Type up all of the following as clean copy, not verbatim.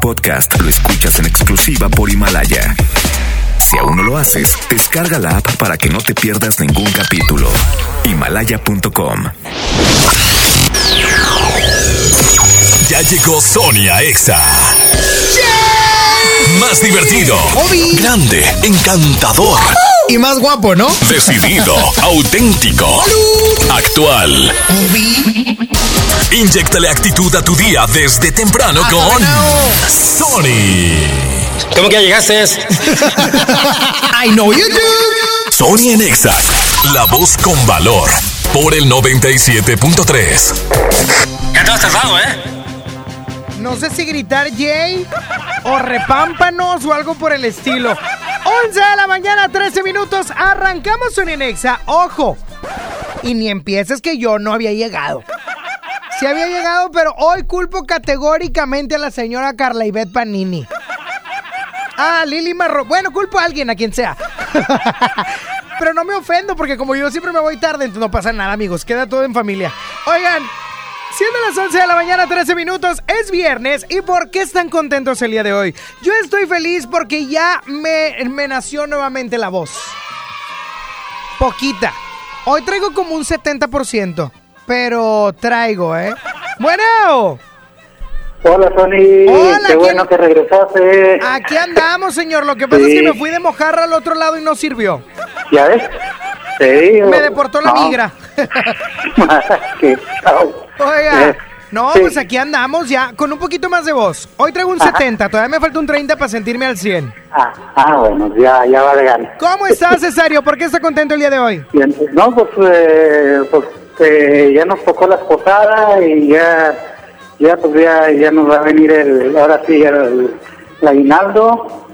podcast lo escuchas en exclusiva por Himalaya. Si aún no lo haces, descarga la app para que no te pierdas ningún capítulo. Himalaya.com. Ya llegó Sonia Exa. Más divertido, grande, encantador y más guapo, ¿no? Decidido, auténtico, actual. Inyéctale actitud a tu día desde temprano con Sony. ¿Cómo que ya llegaste? I know you do. Sony en Exa, la voz con valor, por el 97.3. Ya te has tardado, No sé si gritar Jay o repámpanos o algo por el estilo. 11 de la mañana, 13 minutos. Arrancamos Sony en Exa. ¡Ojo! Y ni empieces que yo no había llegado. Sí había llegado, pero hoy culpo categóricamente a la señora Carla Ivette Panini. Lili Marro. Bueno, culpo a alguien, a quien sea. Pero no me ofendo porque como yo siempre me voy tarde, entonces no pasa nada, amigos. Queda todo en familia. Oigan, siendo las 11 de la mañana, 13 minutos, es viernes. ¿Y por qué están contentos el día de hoy? Yo estoy feliz porque ya me nació nuevamente la voz. Poquita. Hoy traigo como un 70%. Pero traigo, Bueno. Hola, Sony. Hola, qué bueno que regresaste. Aquí andamos, señor. Lo que pasa es que me fui de mojarra al otro lado y no sirvió. ¿Ya ves? Sí. Me deportó la migra. Qué chao. Oiga, no, pues aquí andamos ya con un poquito más de voz. Hoy traigo un 70, todavía me falta un 30 para sentirme al 100. Bueno, ya va de gana. ¿Cómo estás, Cesario? ¿Por qué está contento el día de hoy? Bien, no, pues ya nos tocó la posada y ya nos va a venir el aguinaldo.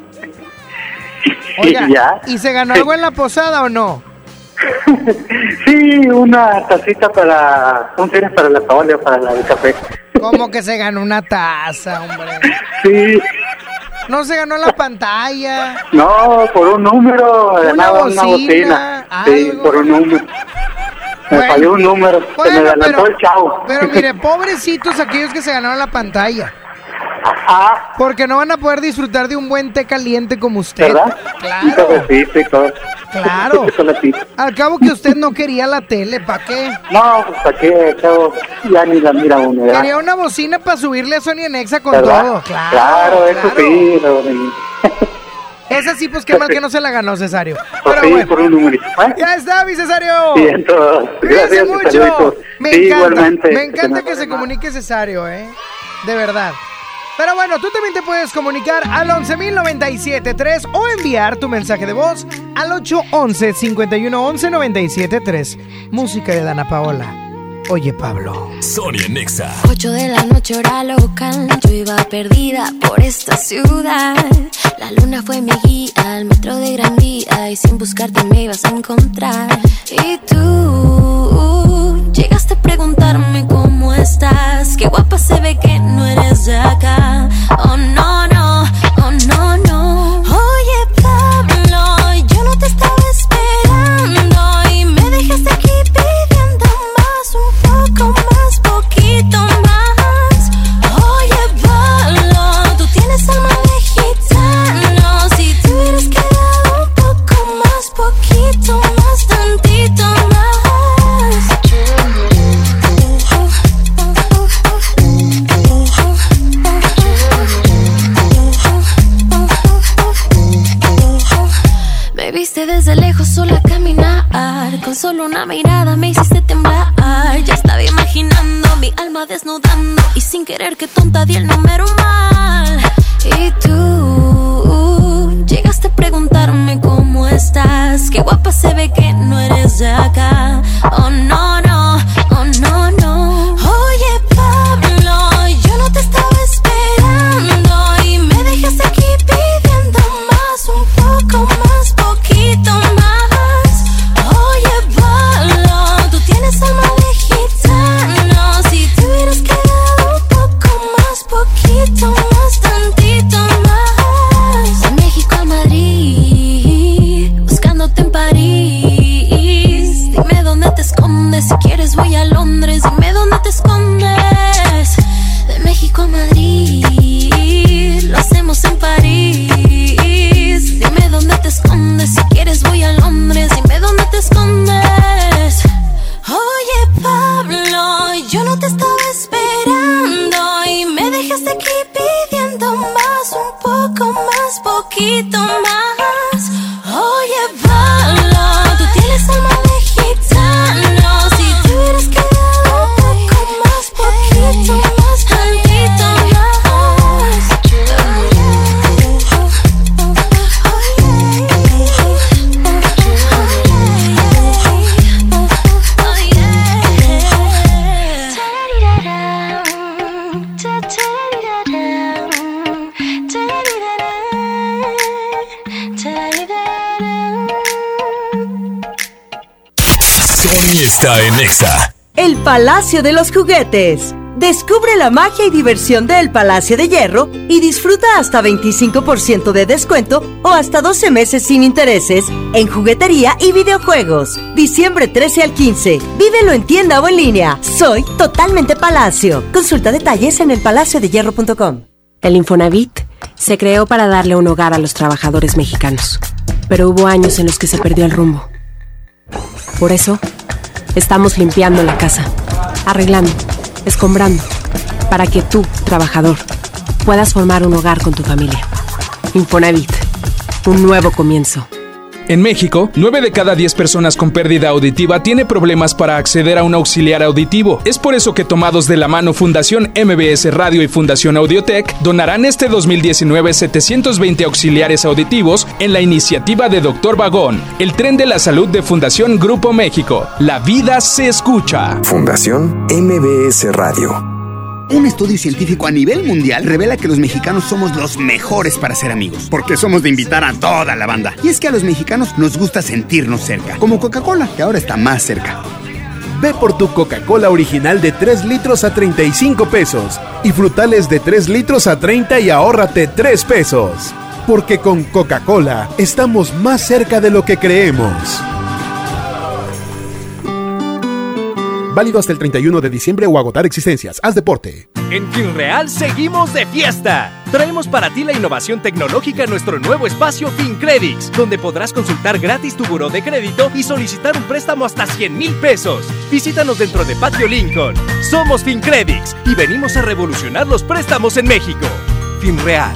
Oiga, ¿y se ganó algo en la posada o no? Sí, una tacita un tienes para la taola, para el café. ¿Cómo que se ganó una taza, hombre? Sí. ¿No se ganó la pantalla? No, por un número, ganaba una bocina. Sí, por un número. Me falló un número, se me adelantó el chavo. Pero mire, pobrecitos aquellos que se ganaron la pantalla. Porque no van a poder disfrutar de un buen té caliente como usted. ¿Verdad? Claro. Un cafecito y todo. Claro. Al cabo que usted no quería la tele, ¿para qué? No, pues ¿para qué, chavo? Ya ni la mira uno, ¿verdad? Quería una bocina para subirle a Sony en Exa con ¿verdad? todo. Claro, eso sí. Esa sí, pues qué mal que no se la ganó, Cesario. Pero sí, bueno, por un numerito. Ya está, mi Cesario. Bien, todo. Cuídense mucho. Saluditos. Me sí, encanta, igualmente. me encanta que se comunique Cesario, de verdad. Pero bueno, tú también te puedes comunicar al 11,097.3 o enviar tu mensaje de voz al 811-511-973. Música de Dana Paola. Oye, Pablo. Sonia Nexa. 8 de la noche, hora local. Yo iba perdida por esta ciudad. La luna fue mi guía al metro de Gran Vía y sin buscarte me ibas a encontrar. Y tú llegaste a preguntarme cómo estás. Qué guapa se ve que no eres de acá. Oh, no, no, oh, no, no. Oye, Pablo, yo no te estaba esperando y me dejaste aquí pidiendo más, un poco más, poquito más. Oye, Pablo, tú tienes alma de gitano. Si te hubieras quedado un poco más, poquito más, tantito más. Me viste desde lejos sola a caminar. Con solo una mirada me hiciste temblar. Ya estaba imaginando mi alma desnudando y sin querer que tonta di el número mal. Y tú llegaste a preguntarme cómo estás. Qué guapa se ve que no eres de acá. Oh, no, no, oh, no, no. Oye, Pablo, yo no te estaba esperando y me dejaste aquí pidiendo más, un poco más, poquito más. Oye, Pablo, tú tienes alma de gitano. Si te hubieras quedado un poco más, poquito más, tantito más. De México a Madrid, buscándote en París. Dime dónde te escondes aquí pidiendo más, un poco más, poquito más. Oye, Pablo, tú tienes alma de gitano. Si te hubieras quedado un poco más, poquito más, tantito más. Sony está en Nexa. El Palacio de los Juguetes. Descubre la magia y diversión del Palacio de Hierro y disfruta hasta 25% de descuento o hasta 12 meses sin intereses en juguetería y videojuegos. Diciembre 13 al 15. Vívelo en tienda o en línea. Soy totalmente Palacio. Consulta detalles en elpalaciodehierro.com. El Infonavit se creó para darle un hogar a los trabajadores mexicanos, pero hubo años en los que se perdió el rumbo. Por eso, estamos limpiando la casa, arreglando, escombrando, para que tú, trabajador, puedas formar un hogar con tu familia. Infonavit, un nuevo comienzo. En México, 9 de cada 10 personas con pérdida auditiva tiene problemas para acceder a un auxiliar auditivo. Es por eso que, tomados de la mano, Fundación MBS Radio y Fundación Audiotech donarán este 2019 720 auxiliares auditivos en la iniciativa de Dr. Vagón, el tren de la salud de Fundación Grupo México. La vida se escucha. Fundación MBS Radio. Un estudio científico a nivel mundial revela que los mexicanos somos los mejores para ser amigos, porque somos de invitar a toda la banda. Y es que a los mexicanos nos gusta sentirnos cerca, como Coca-Cola, que ahora está más cerca. Ve por tu Coca-Cola original de 3 litros a 35 pesos y frutales de 3 litros a 30 y ahórrate 3 pesos. Porque con Coca-Cola estamos más cerca de lo que creemos. Válido hasta el 31 de diciembre o agotar existencias. Haz deporte. En FinReal seguimos de fiesta. Traemos para ti la innovación tecnológica en nuestro nuevo espacio FinCredits, donde podrás consultar gratis tu buró de crédito y solicitar un préstamo hasta 100,000 pesos. Visítanos dentro de Patio Lincoln. Somos FinCredits y venimos a revolucionar los préstamos en México. FinReal.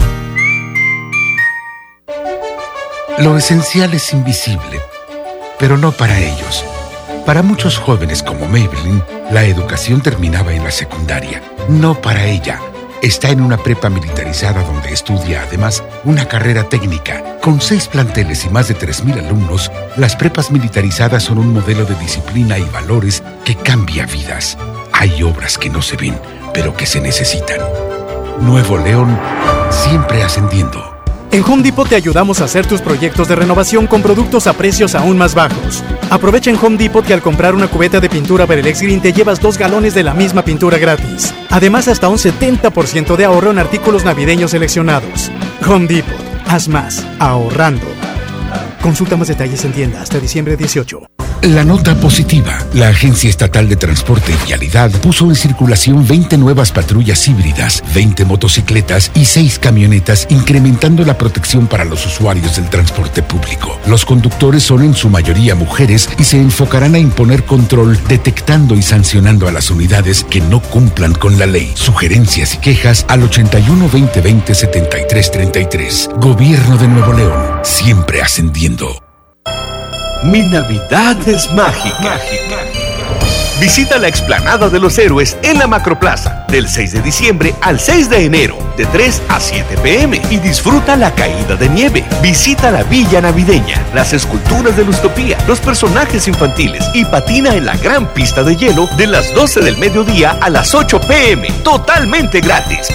Lo esencial es invisible, pero no para ellos. Para muchos jóvenes como Maybelline, la educación terminaba en la secundaria. No para ella. Está en una prepa militarizada donde estudia además una carrera técnica. Con 6 planteles y más de 3,000 alumnos, las prepas militarizadas son un modelo de disciplina y valores que cambia vidas. Hay obras que no se ven, pero que se necesitan. Nuevo León, siempre ascendiendo. En Home Depot te ayudamos a hacer tus proyectos de renovación con productos a precios aún más bajos. Aprovecha en Home Depot que al comprar una cubeta de pintura Berelex Green te llevas 2 galones de la misma pintura gratis. Además, hasta un 70% de ahorro en artículos navideños seleccionados. Home Depot, haz más, ahorrando. Consulta más detalles en tienda hasta diciembre 18. La nota positiva. La Agencia Estatal de Transporte y Vialidad puso en circulación 20 nuevas patrullas híbridas, 20 motocicletas y 6 camionetas, incrementando la protección para los usuarios del transporte público. Los conductores son en su mayoría mujeres y se enfocarán a imponer control, detectando y sancionando a las unidades que no cumplan con la ley. Sugerencias y quejas al 81 2020 7333. Gobierno de Nuevo León, siempre ascendiendo. Mi Navidad es mágica. Visita la Explanada de los Héroes en la Macroplaza del 6 de diciembre al 6 de enero de 3 a 7 p.m. y disfruta la caída de nieve. Visita la Villa Navideña, las esculturas de Lustopía, los personajes infantiles y patina en la gran pista de hielo de las 12 del mediodía a las 8 p.m. Totalmente gratis.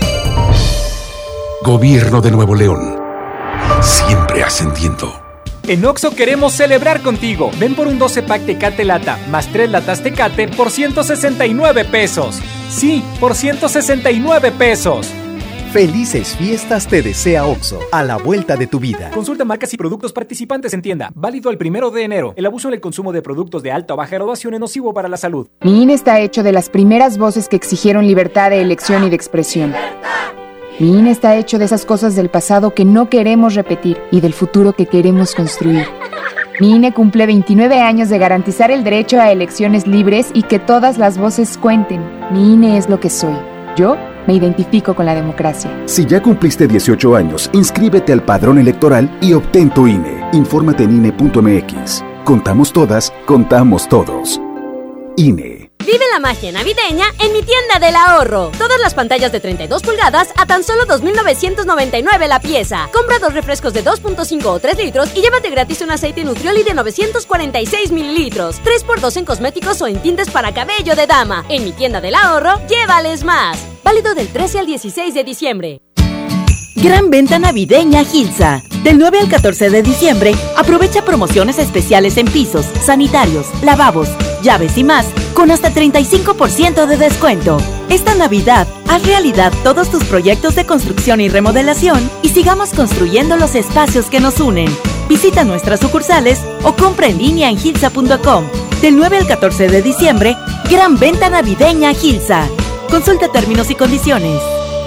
Gobierno de Nuevo León, siempre ascendiendo. En Oxxo queremos celebrar contigo. Ven por un 12 pack Tecate Lata más 3 latas Tecate por 169 pesos. Sí, por 169 pesos. Felices fiestas te desea Oxxo, a la vuelta de tu vida. Consulta marcas y productos participantes en tienda. Válido el 1 de enero. El abuso en el consumo de productos de alta o baja graduación es nocivo para la salud. Mi INE está hecho de las primeras voces que exigieron libertad de elección y de expresión. Mi INE está hecho de esas cosas del pasado que no queremos repetir y del futuro que queremos construir. Mi INE cumple 29 años de garantizar el derecho a elecciones libres y que todas las voces cuenten. Mi INE es lo que soy. Yo Me identifico con la democracia. Si ya cumpliste 18 años, inscríbete al padrón electoral y obtén tu INE. Infórmate en INE.mx. Contamos todas, contamos todos. INE. Vive la magia navideña en mi tienda del ahorro. Todas las pantallas de 32 pulgadas a tan solo 2,999 la pieza. Compra 2 refrescos de 2.5 o 3 litros y llévate gratis un aceite Nutrioli de 946 mililitros. 3x2 en cosméticos o en tintes para cabello de dama. En mi tienda del ahorro, llévales más. Válido del 13 al 16 de diciembre. Gran venta navideña Gilsa. Del 9 al 14 de diciembre, aprovecha promociones especiales en pisos, sanitarios, lavabos, llaves y más, con hasta 35% de descuento. Esta Navidad, haz realidad todos tus proyectos de construcción y remodelación y sigamos construyendo los espacios que nos unen. Visita nuestras sucursales o compra en línea en gilsa.com. Del 9 al 14 de diciembre, gran venta navideña Gilsa. Consulta términos y condiciones.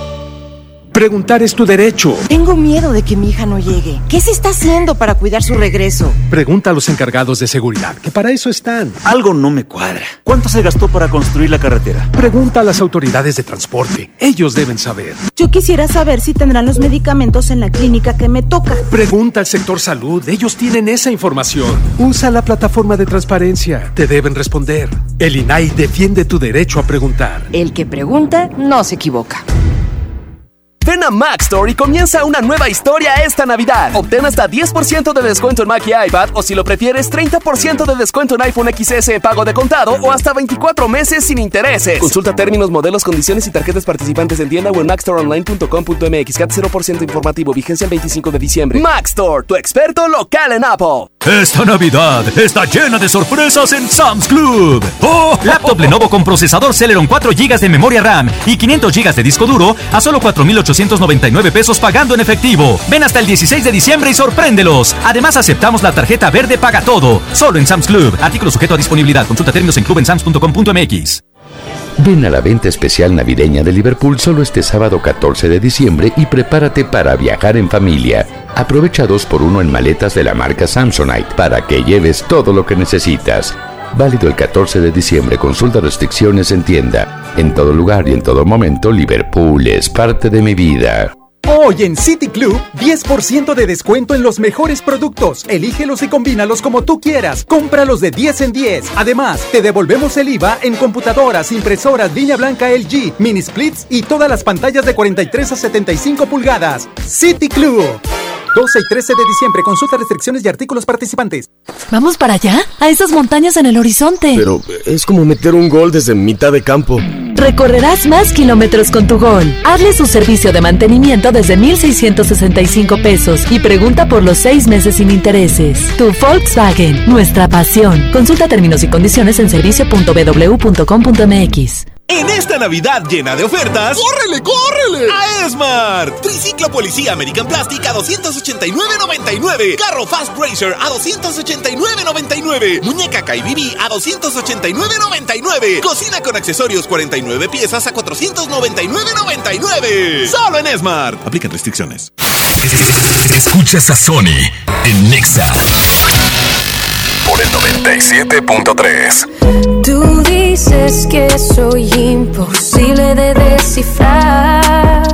Preguntar es tu derecho. Tengo miedo de que mi hija no llegue. ¿Qué se está haciendo para cuidar su regreso? Pregunta a los encargados de seguridad, que para eso están. Algo no me cuadra. ¿Cuánto se gastó para construir la carretera? Pregunta a las autoridades de transporte. Ellos deben saber. Yo quisiera saber si tendrán los medicamentos en la clínica que me toca. Pregunta al sector salud. Ellos tienen esa información. Usa la plataforma de transparencia. Te deben responder. El INAI defiende tu derecho a preguntar. El que pregunta no se equivoca. Ven a Mac Store y comienza una nueva historia esta Navidad. Obtén hasta 10% de descuento en Mac y iPad, o si lo prefieres, 30% de descuento en iPhone XS en pago de contado o hasta 24 meses sin intereses. Consulta términos, modelos, condiciones y tarjetas participantes en tienda o en macstoreonline.com.mx. CAT 0% informativo. Vigencia el 25 de diciembre. Mac Store, tu experto local en Apple. Esta Navidad está llena de sorpresas en Sam's Club. ¡Oh! Laptop Lenovo con procesador Celeron 4 GB de memoria RAM y 500 GB de disco duro a solo 4,899 pesos pagando en efectivo. Ven hasta el 16 de diciembre y sorpréndelos. Además, aceptamos la tarjeta verde Paga Todo. Solo en Sam's Club. Artículo sujeto a disponibilidad. Consulta términos en clubensams.com.mx. Ven a la venta especial navideña de Liverpool solo este sábado 14 de diciembre y prepárate para viajar en familia. Aprovecha 2x1 en maletas de la marca Samsonite para que lleves todo lo que necesitas. Válido el 14 de diciembre. Consulta restricciones en tienda. En todo lugar y en todo momento, Liverpool es parte de mi vida. Hoy en City Club, 10% de descuento en los mejores productos. Elígelos y combínalos como tú quieras. Cómpralos de 10 en 10. Además, te devolvemos el IVA en computadoras, impresoras, línea blanca LG, mini splits y todas las pantallas de 43 a 75 pulgadas. City Club. 12 y 13 de diciembre. Consulta restricciones y artículos participantes. ¿Vamos para allá? A esas montañas en el horizonte. Pero es como meter un gol desde mitad de campo. Recorrerás más kilómetros con tu Gol. Hazle su servicio de mantenimiento desde 1,665 pesos y pregunta por los 6 meses sin intereses. Tu Volkswagen, nuestra pasión. Consulta términos y condiciones en servicio.bw.com.mx. En esta Navidad llena de ofertas, ¡córrele, córrele! A Esmart. Triciclo Policía American Plastic a $289.99. Carro Fast Racer a $289.99. Muñeca KBB a $289.99. Cocina con accesorios 49 piezas a $499.99. Solo en Esmart. Aplican restricciones. Escuchas a Sony en Nexa por el 97.3. Tú dices que soy imposible de descifrar,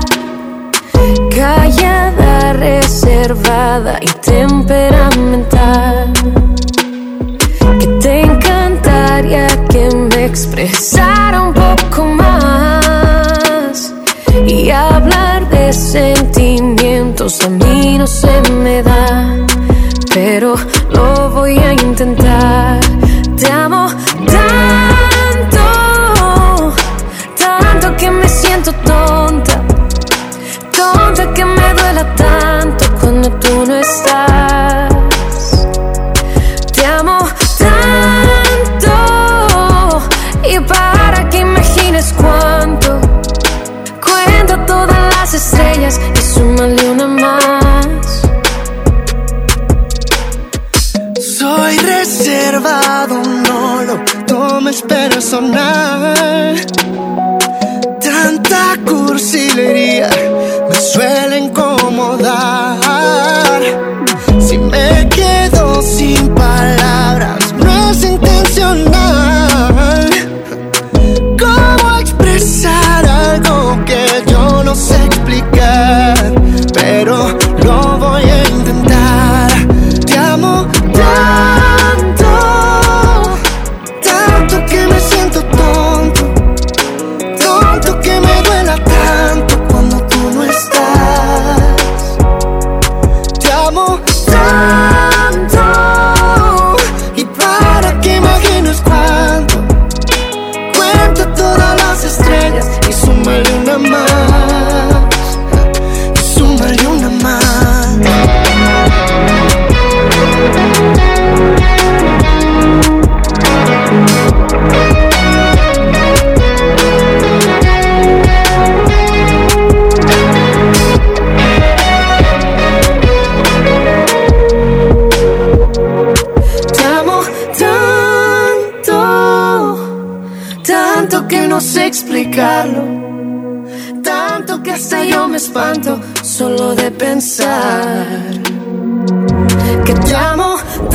callada, reservada y temperamental, que te encantaría que me expresara un poco más y hablar de sentimientos a mí no se me da, pero lo voy a intentar. Te amo tanto, tanto que me siento tonta, tonta que me duela tanto cuando tú no estás. Te amo tanto y para que imagines cuánto, cuenta todas las estrellas y súmale una más. Soy recién no sé explicarlo, tanto que hasta yo me espanto solo de pensar que te amo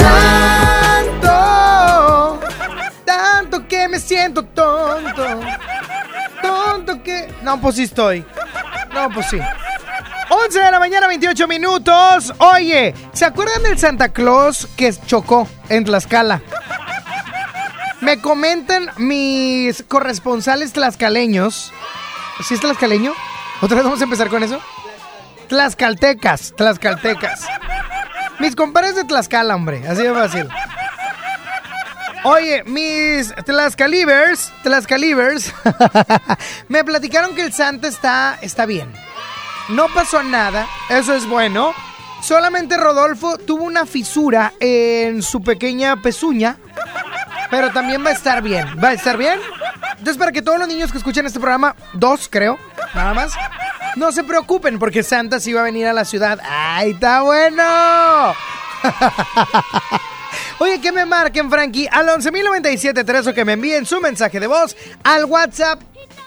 tanto, tanto que me siento tonto, tonto que... No, pues sí estoy. No, pues sí. 11 de la mañana, 28 minutos. Oye, ¿se acuerdan del Santa Claus que chocó en Tlaxcala? Me comentan mis corresponsales tlaxcaleños. ¿Sí es tlaxcaleño? ¿Otra vez vamos a empezar con eso? Tlaxcaltecas. Mis compadres de Tlaxcala, hombre, así de fácil. Oye, mis Tlaxcalivers me platicaron que el Santa está bien. No pasó nada, eso es bueno. Solamente Rodolfo tuvo una fisura en su pequeña pezuña, pero también va a estar bien. ¿Va a estar bien? Entonces, para que todos los niños que escuchen este programa, 2 creo, nada más, no se preocupen porque Santa sí va a venir a la ciudad. ¡Ay, está bueno! Oye, que me marquen, Frankie, al 11,097.3 o que me envíen su mensaje de voz al WhatsApp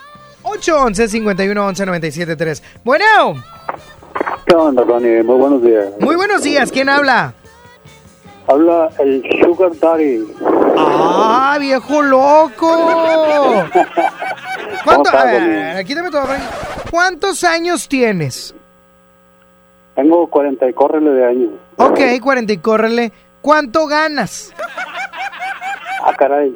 811-5111-973. Bueno. ¿Qué onda, Tony? Muy buenos días. Muy buenos días. ¿Quién habla? Habla el Sugar Daddy. ¡Ah, viejo loco! ¿Cuánto? A ver, quítame todo, Frankie. ¿Cuántos años tienes? Tengo 40 y córrele de años. Ok, 40 y córrele. ¿Cuánto ganas? Ah, caray.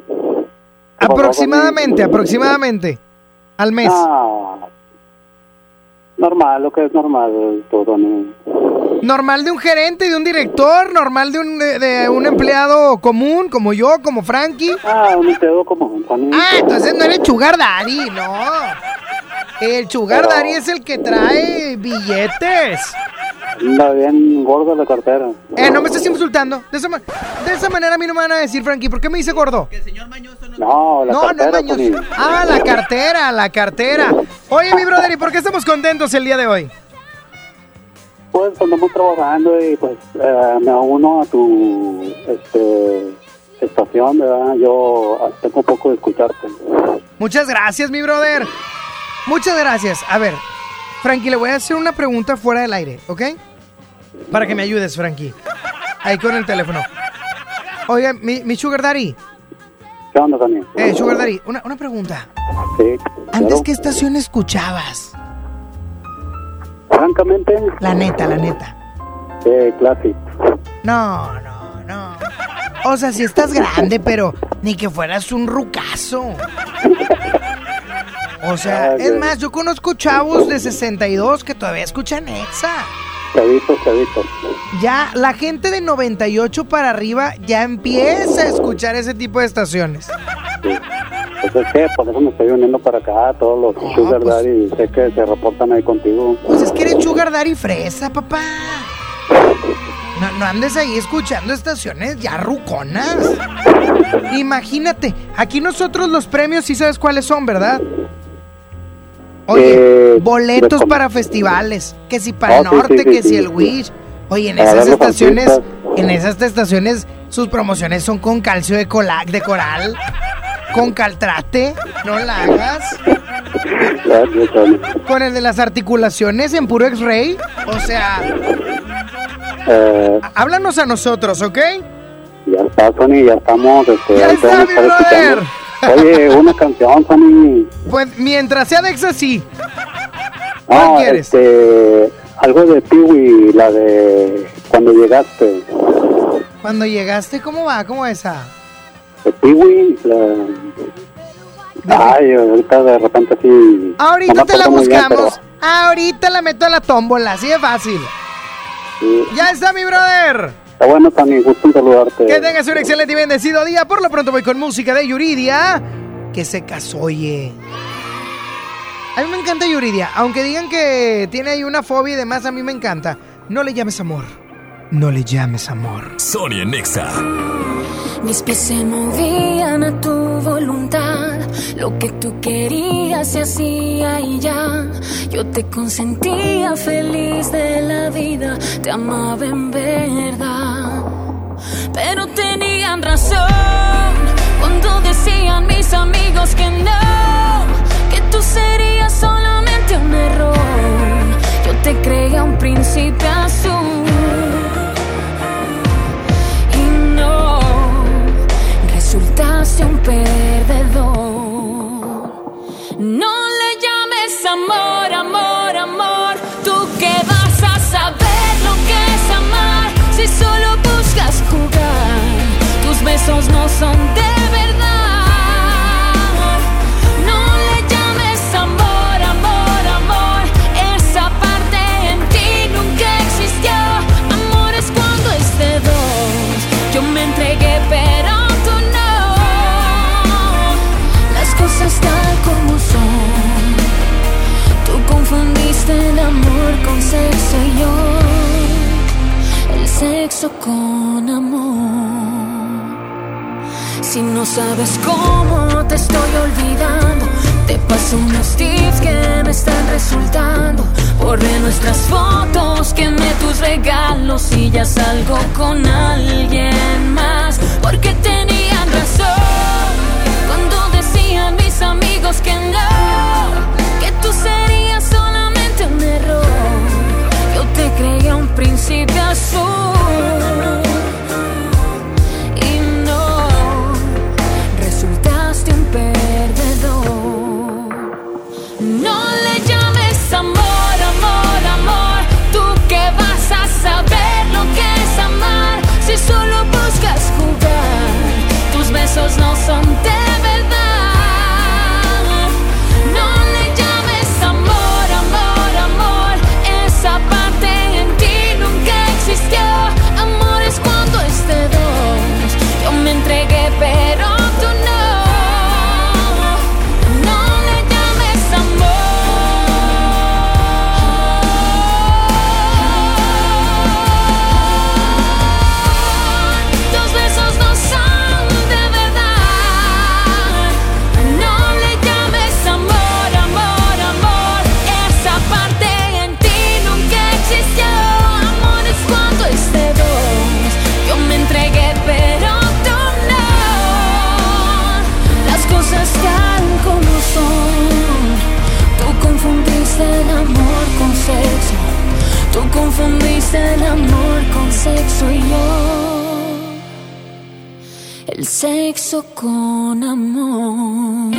Aproximadamente. Al mes. Normal, lo que es normal, todo. Normal de un gerente, de un director, normal de un empleado común, como yo, como Frankie. Un empleado común también. Entonces no eres Sugar Daddy, no. El Sugar Daddy es el que trae billetes. Anda bien gorda la cartera. No me estás insultando. De esa manera a mí no me van a decir, Frankie. ¿Por qué me dice gordo? Que el señor mañoso no, la cartera. No es mañoso. La cartera. Oye, mi brother, ¿y por qué estamos contentos el día de hoy? Pues andamos trabajando y pues me uno a tu estación, ¿verdad? Yo tengo un poco de escucharte. Muchas gracias, mi brother. Muchas gracias. A ver, Frankie, le voy a hacer una pregunta fuera del aire, ¿ok? Para que me ayudes, Frankie. Ahí con el teléfono. Oiga, mi Sugar Daddy. ¿Qué onda, también? Sugar Daddy, una pregunta. Sí. ¿Antes claro. qué estación escuchabas? Francamente. La neta. Classic. No. O sea, si estás grande, pero ni que fueras un rucazo. O sea, es más, yo conozco chavos de 62 que todavía escuchan Exa. Chavitos. Ya, la gente de 98 para arriba ya empieza a escuchar ese tipo de estaciones. Sí. Pues es que por eso me estoy uniendo para acá, todos los Sugar Daddy, sé que se reportan ahí contigo. Pues es que eres Sugar Daddy fresa, papá. No andes ahí escuchando estaciones ya ruconas. Imagínate, aquí nosotros los premios sí sabes cuáles son, ¿verdad? Oye, boletos para festivales, que si para el norte, que si el Wish. Oye, en esas estaciones sus promociones son con calcio de coral, con caltrate, no la hagas. Con el de las articulaciones en puro X-ray, o sea, háblanos a nosotros, ¿ok? Ya está, Tony, ya estamos. Ya está, mi brother. Oye, una canción, Tony. Pues mientras sea de Exa, sí. ¿Cuál quieres? Algo de Piwi, la de Cuando Llegaste. Cuando llegaste, ¿cómo va? ¿Cómo esa? De Piwi, Ay, ahorita de repente sí. Ahorita te la buscamos. Ahorita la meto a la tómbola, así de fácil. Sí. Ya está, mi brother. Está bueno, Tony, gusto en saludarte. Que tengas un excelente y bendecido día. Por lo pronto voy con música de Yuridia, que se casó, oye. A mí me encanta Yuridia. Aunque digan que tiene ahí una fobia y demás, a mí me encanta. No le llames amor. No le llames amor. Sonia Nexa. Mis pies se movían a tu voluntad. Lo que tú querías se hacía y ya. Yo te consentía feliz de la vida. Te amaba en verdad. Pero tenían razón cuando decían mis amigos que no. que vas a saber lo que es amar si solo buscas jugar. Tus besos no son de verdad. No le llames amor, amor, amor. Esa parte en ti nunca existió. Amor es cuando es de dos. Yo me entregué pero tú no. Las cosas tal como son. Tú confundiste el amor con sexo y yo el sexo con amor. Si no sabes cómo te estoy olvidando, te paso unos tips que me están resultando. Borré nuestras fotos, quemé tus regalos y ya salgo con alguien más. Porque tenían razón cuando decían mis amigos que no, que tú serías solamente un error. Yo te creía un príncipe azul y no, resultaste un perdedor. No le llames amor, amor, amor. Tú que vas a saber lo que es amar si solo buscas jugar. Tus besos no son de verdad. No le llames amor, amor, amor. Esa parte en ti nunca existió. Amor es cuando es de dos. Yo me entregué pero tú no. No le llames amor. Tus besos no son de verdad. No le llames amor, amor, amor. Esa parte en ti nunca existió. Amor es cuando es de dos. Yo me entregué pero tú no. Las cosas tal como son. Tú confundiste el amor con sexo. Tú confundiste el amor con sexo y yo el sexo con amor.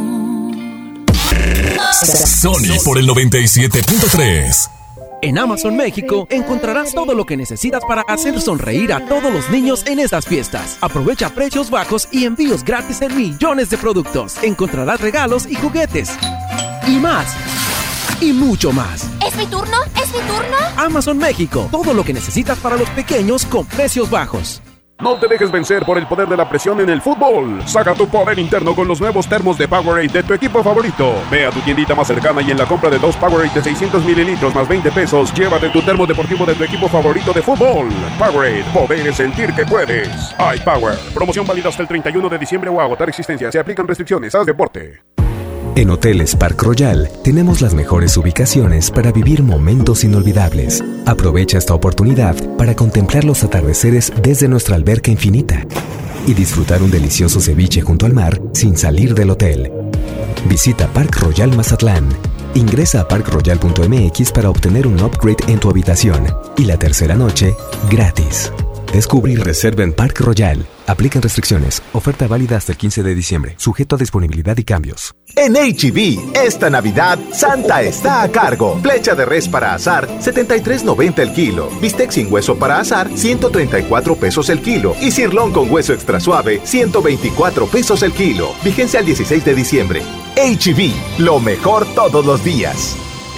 Sony por el 97.3. En Amazon México encontrarás todo lo que necesitas para hacer sonreír a todos los niños en estas fiestas. Aprovecha precios bajos y envíos gratis en millones de productos. Encontrarás regalos y juguetes. Y más. Y mucho más. ¿Es mi turno? ¿Es mi turno? Amazon México. Todo lo que necesitas para los pequeños con precios bajos. No te dejes vencer por el poder de la presión en el fútbol. Saca tu poder interno con los nuevos termos de Powerade de tu equipo favorito. Ve a tu tiendita más cercana y en la compra de 2 Powerade de 600 mililitros más 20 pesos, llévate tu termo deportivo de tu equipo favorito de fútbol. Powerade, poder es sentir que puedes. iPower. Promoción válida hasta el 31 de diciembre o agotar existencia. Se aplican restricciones. Haz deporte. En Hoteles Park Royal tenemos las mejores ubicaciones para vivir momentos inolvidables. Aprovecha esta oportunidad para contemplar los atardeceres desde nuestra alberca infinita y disfrutar un delicioso ceviche junto al mar sin salir del hotel. Visita Park Royal Mazatlán. Ingresa a parkroyal.mx para obtener un upgrade en tu habitación y la tercera noche gratis. Descubre y reserva en Park Royal. Aplican restricciones. Oferta válida hasta el 15 de diciembre. Sujeto a disponibilidad y cambios. En H-E-B, esta Navidad, Santa está a cargo. Flecha de res para asar, $73.90 el kilo. Bistec sin hueso para asar, $134 el kilo. Y cirlón con hueso extra suave, $124 el kilo. Vigencia al 16 de diciembre. H-E-B, lo mejor todos los días.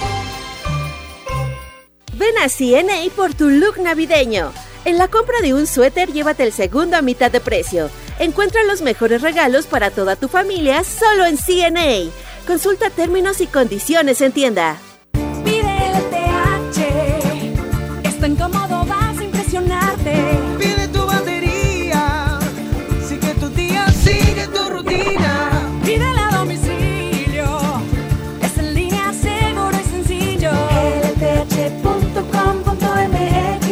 Ven a CNA por tu look navideño. En la compra de un suéter, llévate el segundo a mitad de precio. Encuentra los mejores regalos para toda tu familia solo en CNA. Consulta términos y condiciones en tienda. Pide LTH. Es tan cómodo, vas a impresionarte. Pide tu batería. Sigue tu día, sigue tu rutina. Pídela a domicilio. Es en línea, seguro y sencillo. LTH.com.mx.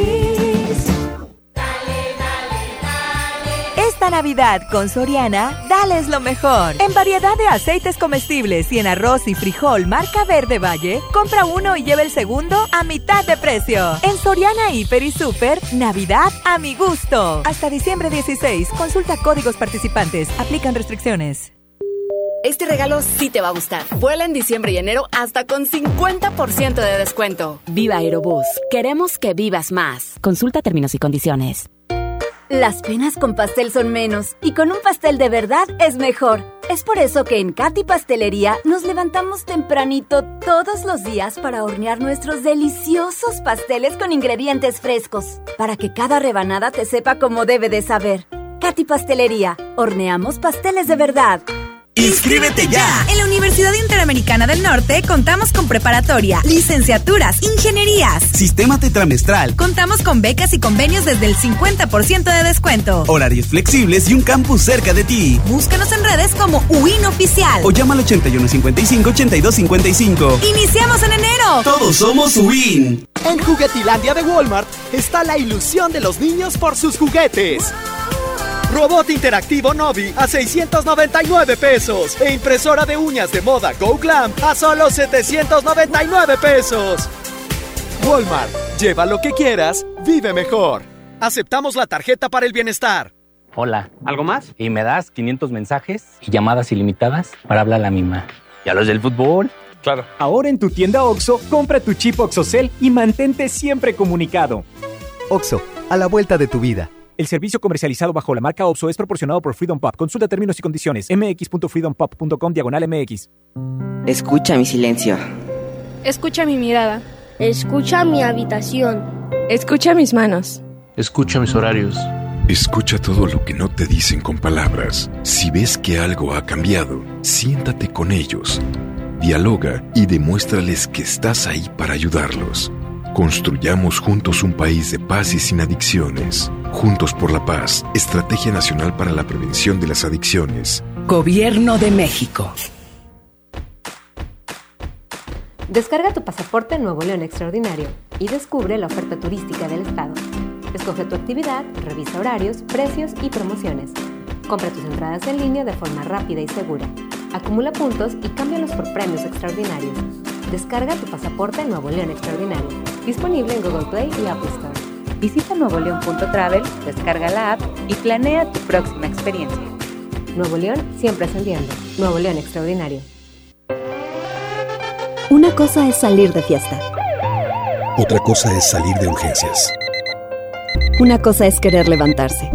Esta Navidad con Soriana, dales lo mejor. En variedad de aceites comestibles y en arroz y frijol marca Verde Valle, compra uno y lleva el segundo a mitad de precio. En Soriana Hiper y Super, Navidad a mi gusto. Hasta diciembre 16, consulta códigos participantes, aplican restricciones. Este regalo sí te va a gustar. Vuela en diciembre y enero hasta con 50% de descuento. Viva Aerobús. Queremos que vivas más. Consulta términos y condiciones. Las penas con pastel son menos y con un pastel de verdad es mejor. Es por eso que en Katy Pastelería nos levantamos tempranito todos los días para hornear nuestros deliciosos pasteles con ingredientes frescos, para que cada rebanada te sepa como debe de saber. Katy Pastelería, horneamos pasteles de verdad. ¡Inscríbete ya! En la Universidad Interamericana del Norte contamos con preparatoria, licenciaturas, ingenierías, sistema tetramestral. Contamos con becas y convenios desde el 50% de descuento. Horarios flexibles y un campus cerca de ti. Búscanos en redes como UIN Oficial. O llama al 8155-8255. ¡Iniciamos en enero! ¡Todos somos UIN! En Juguetilandia de Walmart está la ilusión de los niños por sus juguetes. Robot interactivo Novi a 699 pesos. E impresora de uñas de moda Go Glam a solo 799 pesos. Walmart, lleva lo que quieras, vive mejor. Aceptamos la tarjeta para el bienestar. Hola. ¿Algo más? Y me das 500 mensajes y llamadas ilimitadas para hablar a la misma. ¿Y a los del fútbol? Claro. Ahora en tu tienda OXXO, compra tu chip OXXOCEL y mantente siempre comunicado. OXXO, a la vuelta de tu vida. El servicio comercializado bajo la marca OXXO es proporcionado por Freedom Pop. Consulta términos y condiciones. mx.freedompop.com/MX. Escucha mi silencio. Escucha mi mirada. Escucha mi habitación. Escucha mis manos. Escucha mis horarios. Escucha todo lo que no te dicen con palabras. Si ves que algo ha cambiado, siéntate con ellos. Dialoga y demuéstrales que estás ahí para ayudarlos. Construyamos juntos un país de paz y sin adicciones. Juntos por la paz. Estrategia Nacional para la Prevención de las Adicciones. Gobierno de México. Descarga tu pasaporte Nuevo León Extraordinario y descubre la oferta turística del estado. Escoge tu actividad, revisa horarios, precios y promociones. Compra tus entradas en línea de forma rápida y segura. Acumula puntos y cámbialos por premios extraordinarios. Descarga tu pasaporte Nuevo León Extraordinario. Disponible en Google Play y Apple Store. Visita nuevoleón.travel, descarga la app y planea tu próxima experiencia. Nuevo León siempre ascendiendo. Nuevo León Extraordinario. Una cosa es salir de fiesta. Otra cosa es salir de urgencias. Una cosa es querer levantarse.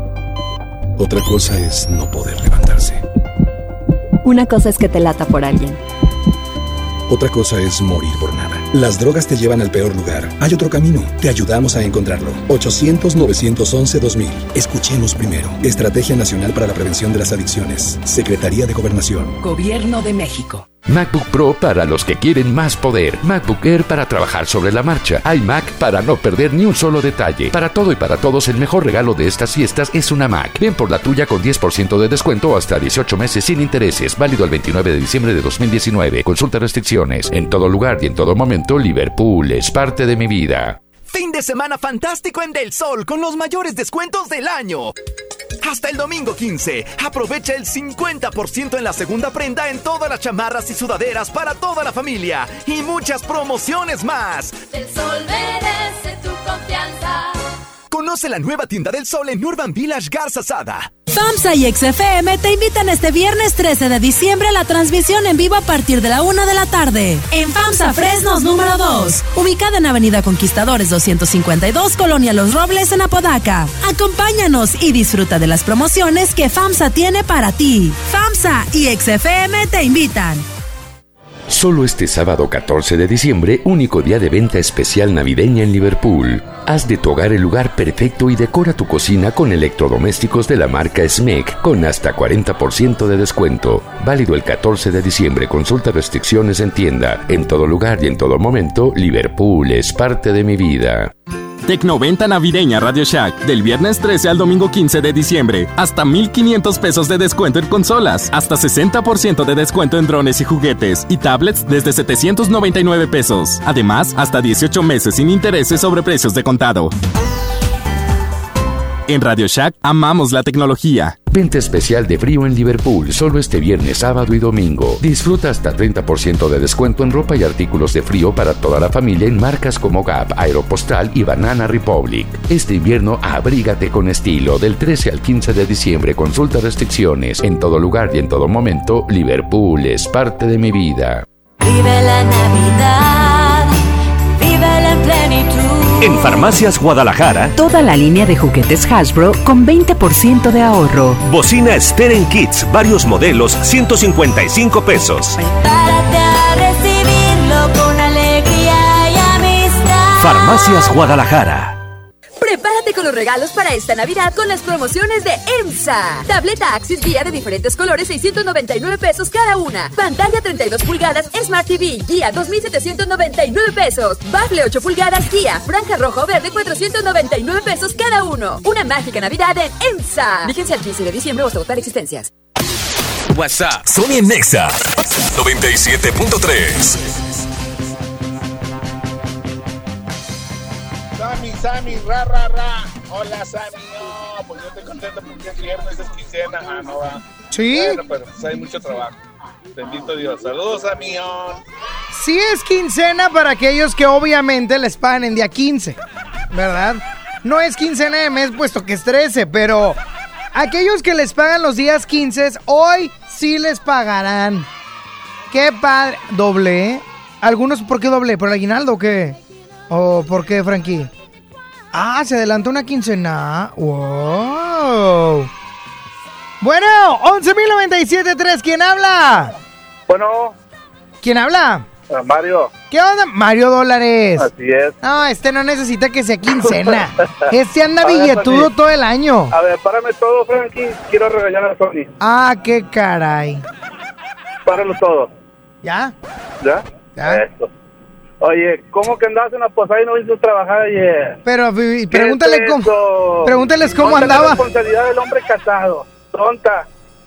Otra cosa es no poder levantarse. Una cosa es que te lata por alguien. Otra cosa es morir por nada. Las drogas te llevan al peor lugar. Hay otro camino. Te ayudamos a encontrarlo. 800-911-2000. Escuchemos primero. Estrategia Nacional para la Prevención de las Adicciones. Secretaría de Gobernación. Gobierno de México. MacBook Pro para los que quieren más poder. MacBook Air para trabajar sobre la marcha. iMac para no perder ni un solo detalle. Para todo y para todos, el mejor regalo de estas fiestas es una Mac. Ven por la tuya con 10% de descuento hasta 18 meses sin intereses. Válido el 29 de diciembre de 2019. Consulta restricciones. En todo lugar y en todo momento, Liverpool es parte de mi vida. Fin de semana fantástico en Del Sol con los mayores descuentos del año. Hasta el domingo 15, aprovecha el 50% en la segunda prenda en todas las chamarras y sudaderas para toda la familia y muchas promociones más. Del Sol merece tu confianza. Conoce la nueva tienda del Sol en Urban Village Garza Sada. FAMSA y XFM te invitan este viernes 13 de diciembre a la transmisión en vivo a partir de la 1 de la tarde. En FAMSA Fresnos número 2, ubicada en Avenida Conquistadores 252, Colonia Los Robles, en Apodaca. Acompáñanos y disfruta de las promociones que FAMSA tiene para ti. FAMSA y XFM te invitan. Solo este sábado 14 de diciembre, único día de venta especial navideña en Liverpool. Haz de tu hogar el lugar perfecto y decora tu cocina con electrodomésticos de la marca SMEC con hasta 40% de descuento. Válido el 14 de diciembre. Consulta restricciones en tienda. En todo lugar y en todo momento, Liverpool es parte de mi vida. Tecnoventa navideña Radio Shack, del viernes 13 al domingo 15 de diciembre. Hasta 1,500 pesos de descuento en consolas. Hasta 60% de descuento en drones y juguetes. Y tablets desde 799 pesos. Además, hasta 18 meses sin intereses sobre precios de contado. En Radio Shack amamos la tecnología. Venta especial de frío en Liverpool, solo este viernes, sábado y domingo. Disfruta hasta 30% de descuento en ropa y artículos de frío para toda la familia en marcas como Gap, Aeropostal y Banana Republic. Este invierno abrígate con estilo. Del 13 al 15 de diciembre, consulta restricciones. En todo lugar y en todo momento, Liverpool es parte de mi vida. Vive la Navidad, vívela en plenitud. En Farmacias Guadalajara, toda la línea de juguetes Hasbro con 20% de ahorro. bocina Steren Kids, varios modelos, 155 pesos. Prepárate a recibirlo con alegría y amistad. Farmacias Guadalajara. Prepárate con los regalos para esta Navidad con las promociones de EMSA. Tableta Axis Guía de diferentes colores, 699 pesos cada una. Pantalla 32 pulgadas Smart TV Guía, 2,799 pesos. Bafle 8 pulgadas Guía, franja rojo verde, 499 pesos cada uno. Una mágica Navidad en EMSA. Fíjense al 15 de diciembre o hasta agotar existencias. WhatsApp. Sony en Nexa 97.3. Sammy, ra. Hola, Sammy. No, pues yo estoy contento porque es viernes, es quincena. Ah, no va. Sí. Bueno, pero pues hay mucho trabajo. Bendito Dios. Saludos, Sammy. Sí es quincena para aquellos que obviamente les pagan en día 15, ¿verdad? No es quincena de mes puesto que es 13, pero aquellos que les pagan los días 15, hoy sí les pagarán. Qué padre. ¿Doble? ¿Algunos por qué doble? ¿Por el aguinaldo o qué? ¿O por qué, Frankie? Ah, se adelantó una quincena. ¡Wow! Bueno, 11,097.3. ¿Quién habla? Bueno. ¿Quién habla? Mario. ¿Qué onda? Mario Dólares. Así es. No, este no necesita que sea quincena. Este anda billetudo todo el año. A ver, párame todo, Frankie. Quiero regañar a Sony. Ah, qué caray. Páralo todo. ¿Ya? ¿Ya? Eso. Oye, ¿cómo que andabas en la posada y no viniste a trabajar ayer? Pero pregúntales cómo andaba. La responsabilidad del hombre casado, tonta.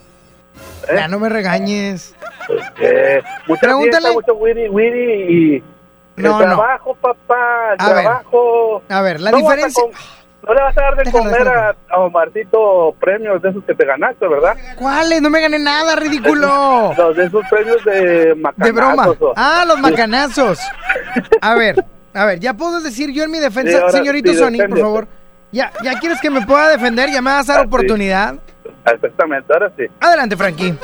Ya no me regañes. Pregúntale. Mucho wiri y trabajo, papá, trabajo. A ver, la diferencia. No le vas a dar de comer a Omarcito premios de esos que te ganaste, ¿verdad? ¿Cuáles? No me gané nada, ridículo. Los de esos premios de macanazos. De broma. Ah, los macanazos. A ver, ya puedo decir yo en mi defensa, sí, ahora, señorito Sony, por favor. ¿Ya quieres que me pueda defender? ¿Ya me vas a dar oportunidad? Sí. Exactamente, ahora sí. Adelante, Frankie.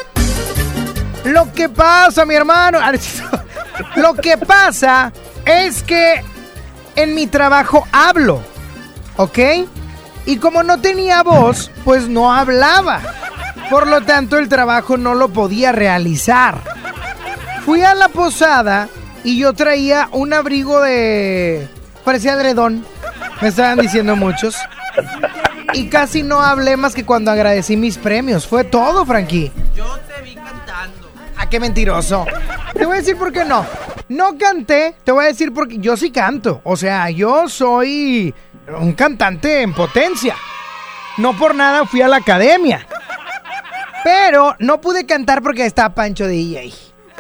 Lo que pasa, mi hermano. Lo que pasa es que en mi trabajo hablo. ¿Ok? Y como no tenía voz, pues no hablaba. Por lo tanto, el trabajo no lo podía realizar. Fui a la posada y yo traía un abrigo parecía edredón. Me estaban diciendo muchos. Y casi no hablé más que cuando agradecí mis premios. Fue todo, Frankie. Yo te vi cantando. Ah, qué mentiroso. Te voy a decir por qué no. No canté, te voy a decir porque yo sí canto. O sea, yo soy un cantante en potencia. No por nada fui a la academia. Pero no pude cantar porque estaba Pancho de DJ.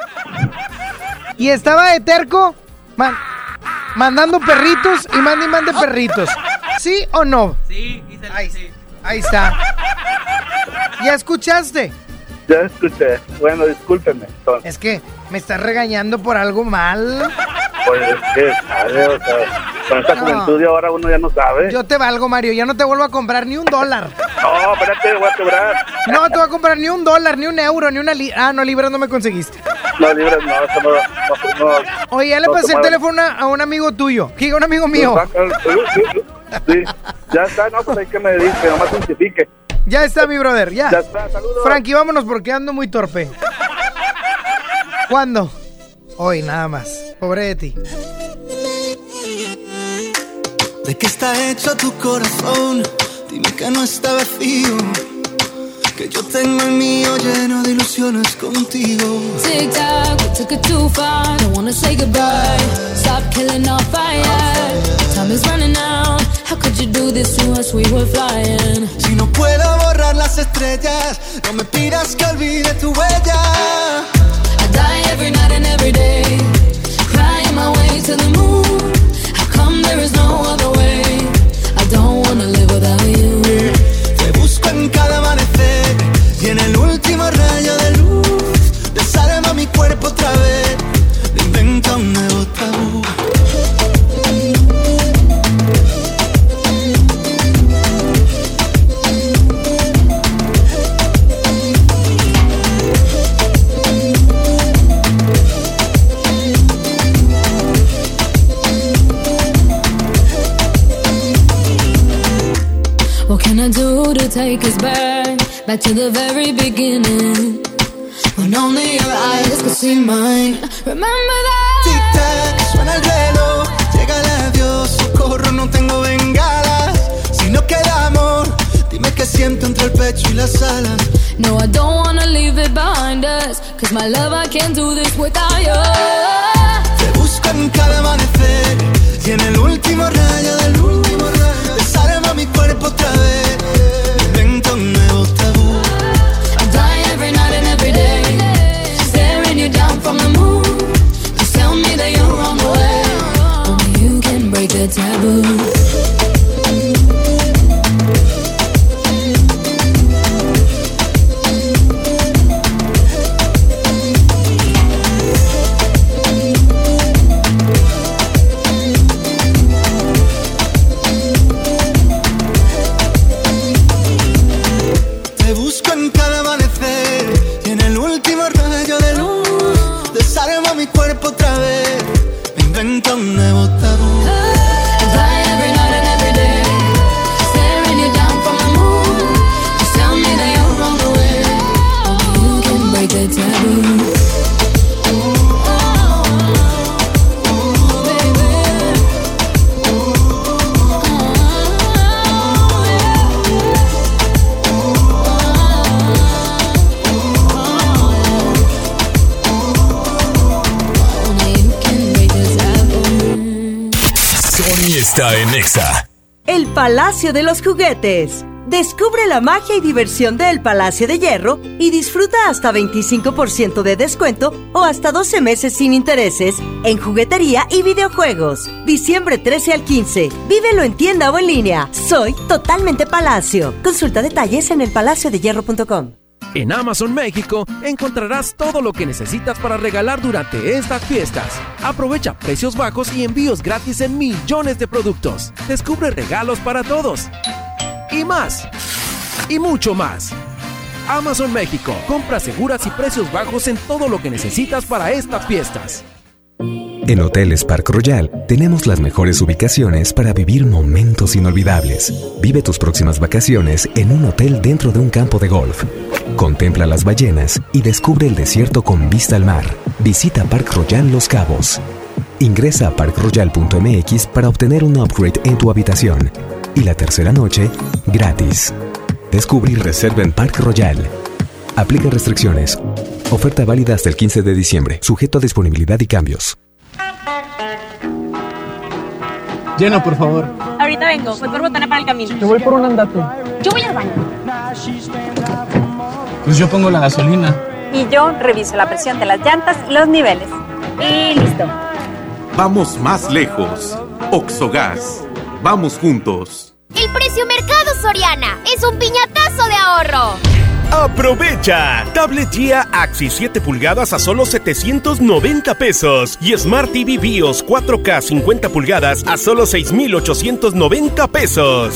Y estaba de terco mandando perritos y mande perritos. ¿Sí o no? Sí, ahí está. ¿Ya escuchaste? Ya escuché. Bueno, discúlpeme. Entonces. Es que me estás regañando por algo mal. Pues es que, o sea, con esta juventud de ahora uno ya no sabe. Yo te valgo, Mario. Ya no te vuelvo a comprar ni $1. No, espérate, voy a quebrar. No te voy a comprar ni $1, ni €1, ni una libra. Ah, no, libras no me conseguiste. No, libras no, eso no. Oye, ya le pasé el teléfono a un amigo tuyo. ¿Qué? Un amigo mío. Sí, ya está, no, pues hay que me diga, que nomás identifique. Ya está, mi brother, ya. Ya está, saludos. Frankie, vámonos porque ando muy torpe. ¿Cuándo? Hoy, nada más. Pobre de ti. ¿De qué está hecho tu corazón? Dime que no está vacío, que yo tengo el mío lleno de ilusiones contigo. Tic tac, we took it too far. Don't wanna say goodbye. Stop killing our fire. Time is running out. How could you do this to us? We were flying. Si no puedo borrar las estrellas, no me pidas que olvide tu huella. I die every night and every day, crying my way to the moon. How come there is no other way? I don't wanna live without you. What can I do to take us back to the very beginning? When only your eyes could see mine. Remember that. Tic-tac, suena el reloj. Llega el adiós, socorro, no tengo bengalas. Si no queda amor, dime qué siento entre el pecho y las alas. No, I don't wanna leave it behind us. Cause my love, I can't do this without you. Te busco en cada amanecer. Y en el último rayo del último rayo desarma mi cuerpo otra vez. Invento un nuevo tabú. I die every night and every day, staring you down from the moon. Just tell me that you're on the way. Only you can break the taboo. Mi cuerpo otra vez, me invento un nuevo tabú. Está en Nexa. El Palacio de los Juguetes. Descubre la magia y diversión del Palacio de Hierro y disfruta hasta 25% de descuento o hasta 12 meses sin intereses en juguetería y videojuegos. Diciembre 13 al 15. Vívelo en tienda o en línea. Soy totalmente Palacio. Consulta detalles en elpalaciodehierro.com. En Amazon México encontrarás todo lo que necesitas para regalar durante estas fiestas. Aprovecha precios bajos y envíos gratis en millones de productos. Descubre regalos para todos. Y más. Y mucho más. Amazon México. Compras seguras y precios bajos en todo lo que necesitas para estas fiestas. En Hoteles Park Royal tenemos las mejores ubicaciones para vivir momentos inolvidables. Vive tus próximas vacaciones en un hotel dentro de un campo de golf. Contempla las ballenas y descubre el desierto con vista al mar. Visita Park Royal Los Cabos. Ingresa a parkroyal.mx para obtener un upgrade en tu habitación. Y la tercera noche, gratis. Descubre y reserva en Park Royal. Aplica restricciones. Oferta válida hasta el 15 de diciembre. Sujeto a disponibilidad y cambios. Llena, por favor. Ahorita vengo, voy por botana para el camino. Te voy por un andate. Yo voy al baño. Pues yo pongo la gasolina. Y yo reviso la presión de las llantas y los niveles. Y listo. Vamos más lejos. Oxogas. Vamos juntos. El precio Mercado Soriana es un piñatazo de ahorro. ¡Aprovecha! Tablet Gia Axis 7 pulgadas a solo 790 pesos. Y Smart TV BIOS 4K 50 pulgadas a solo 6,890 pesos.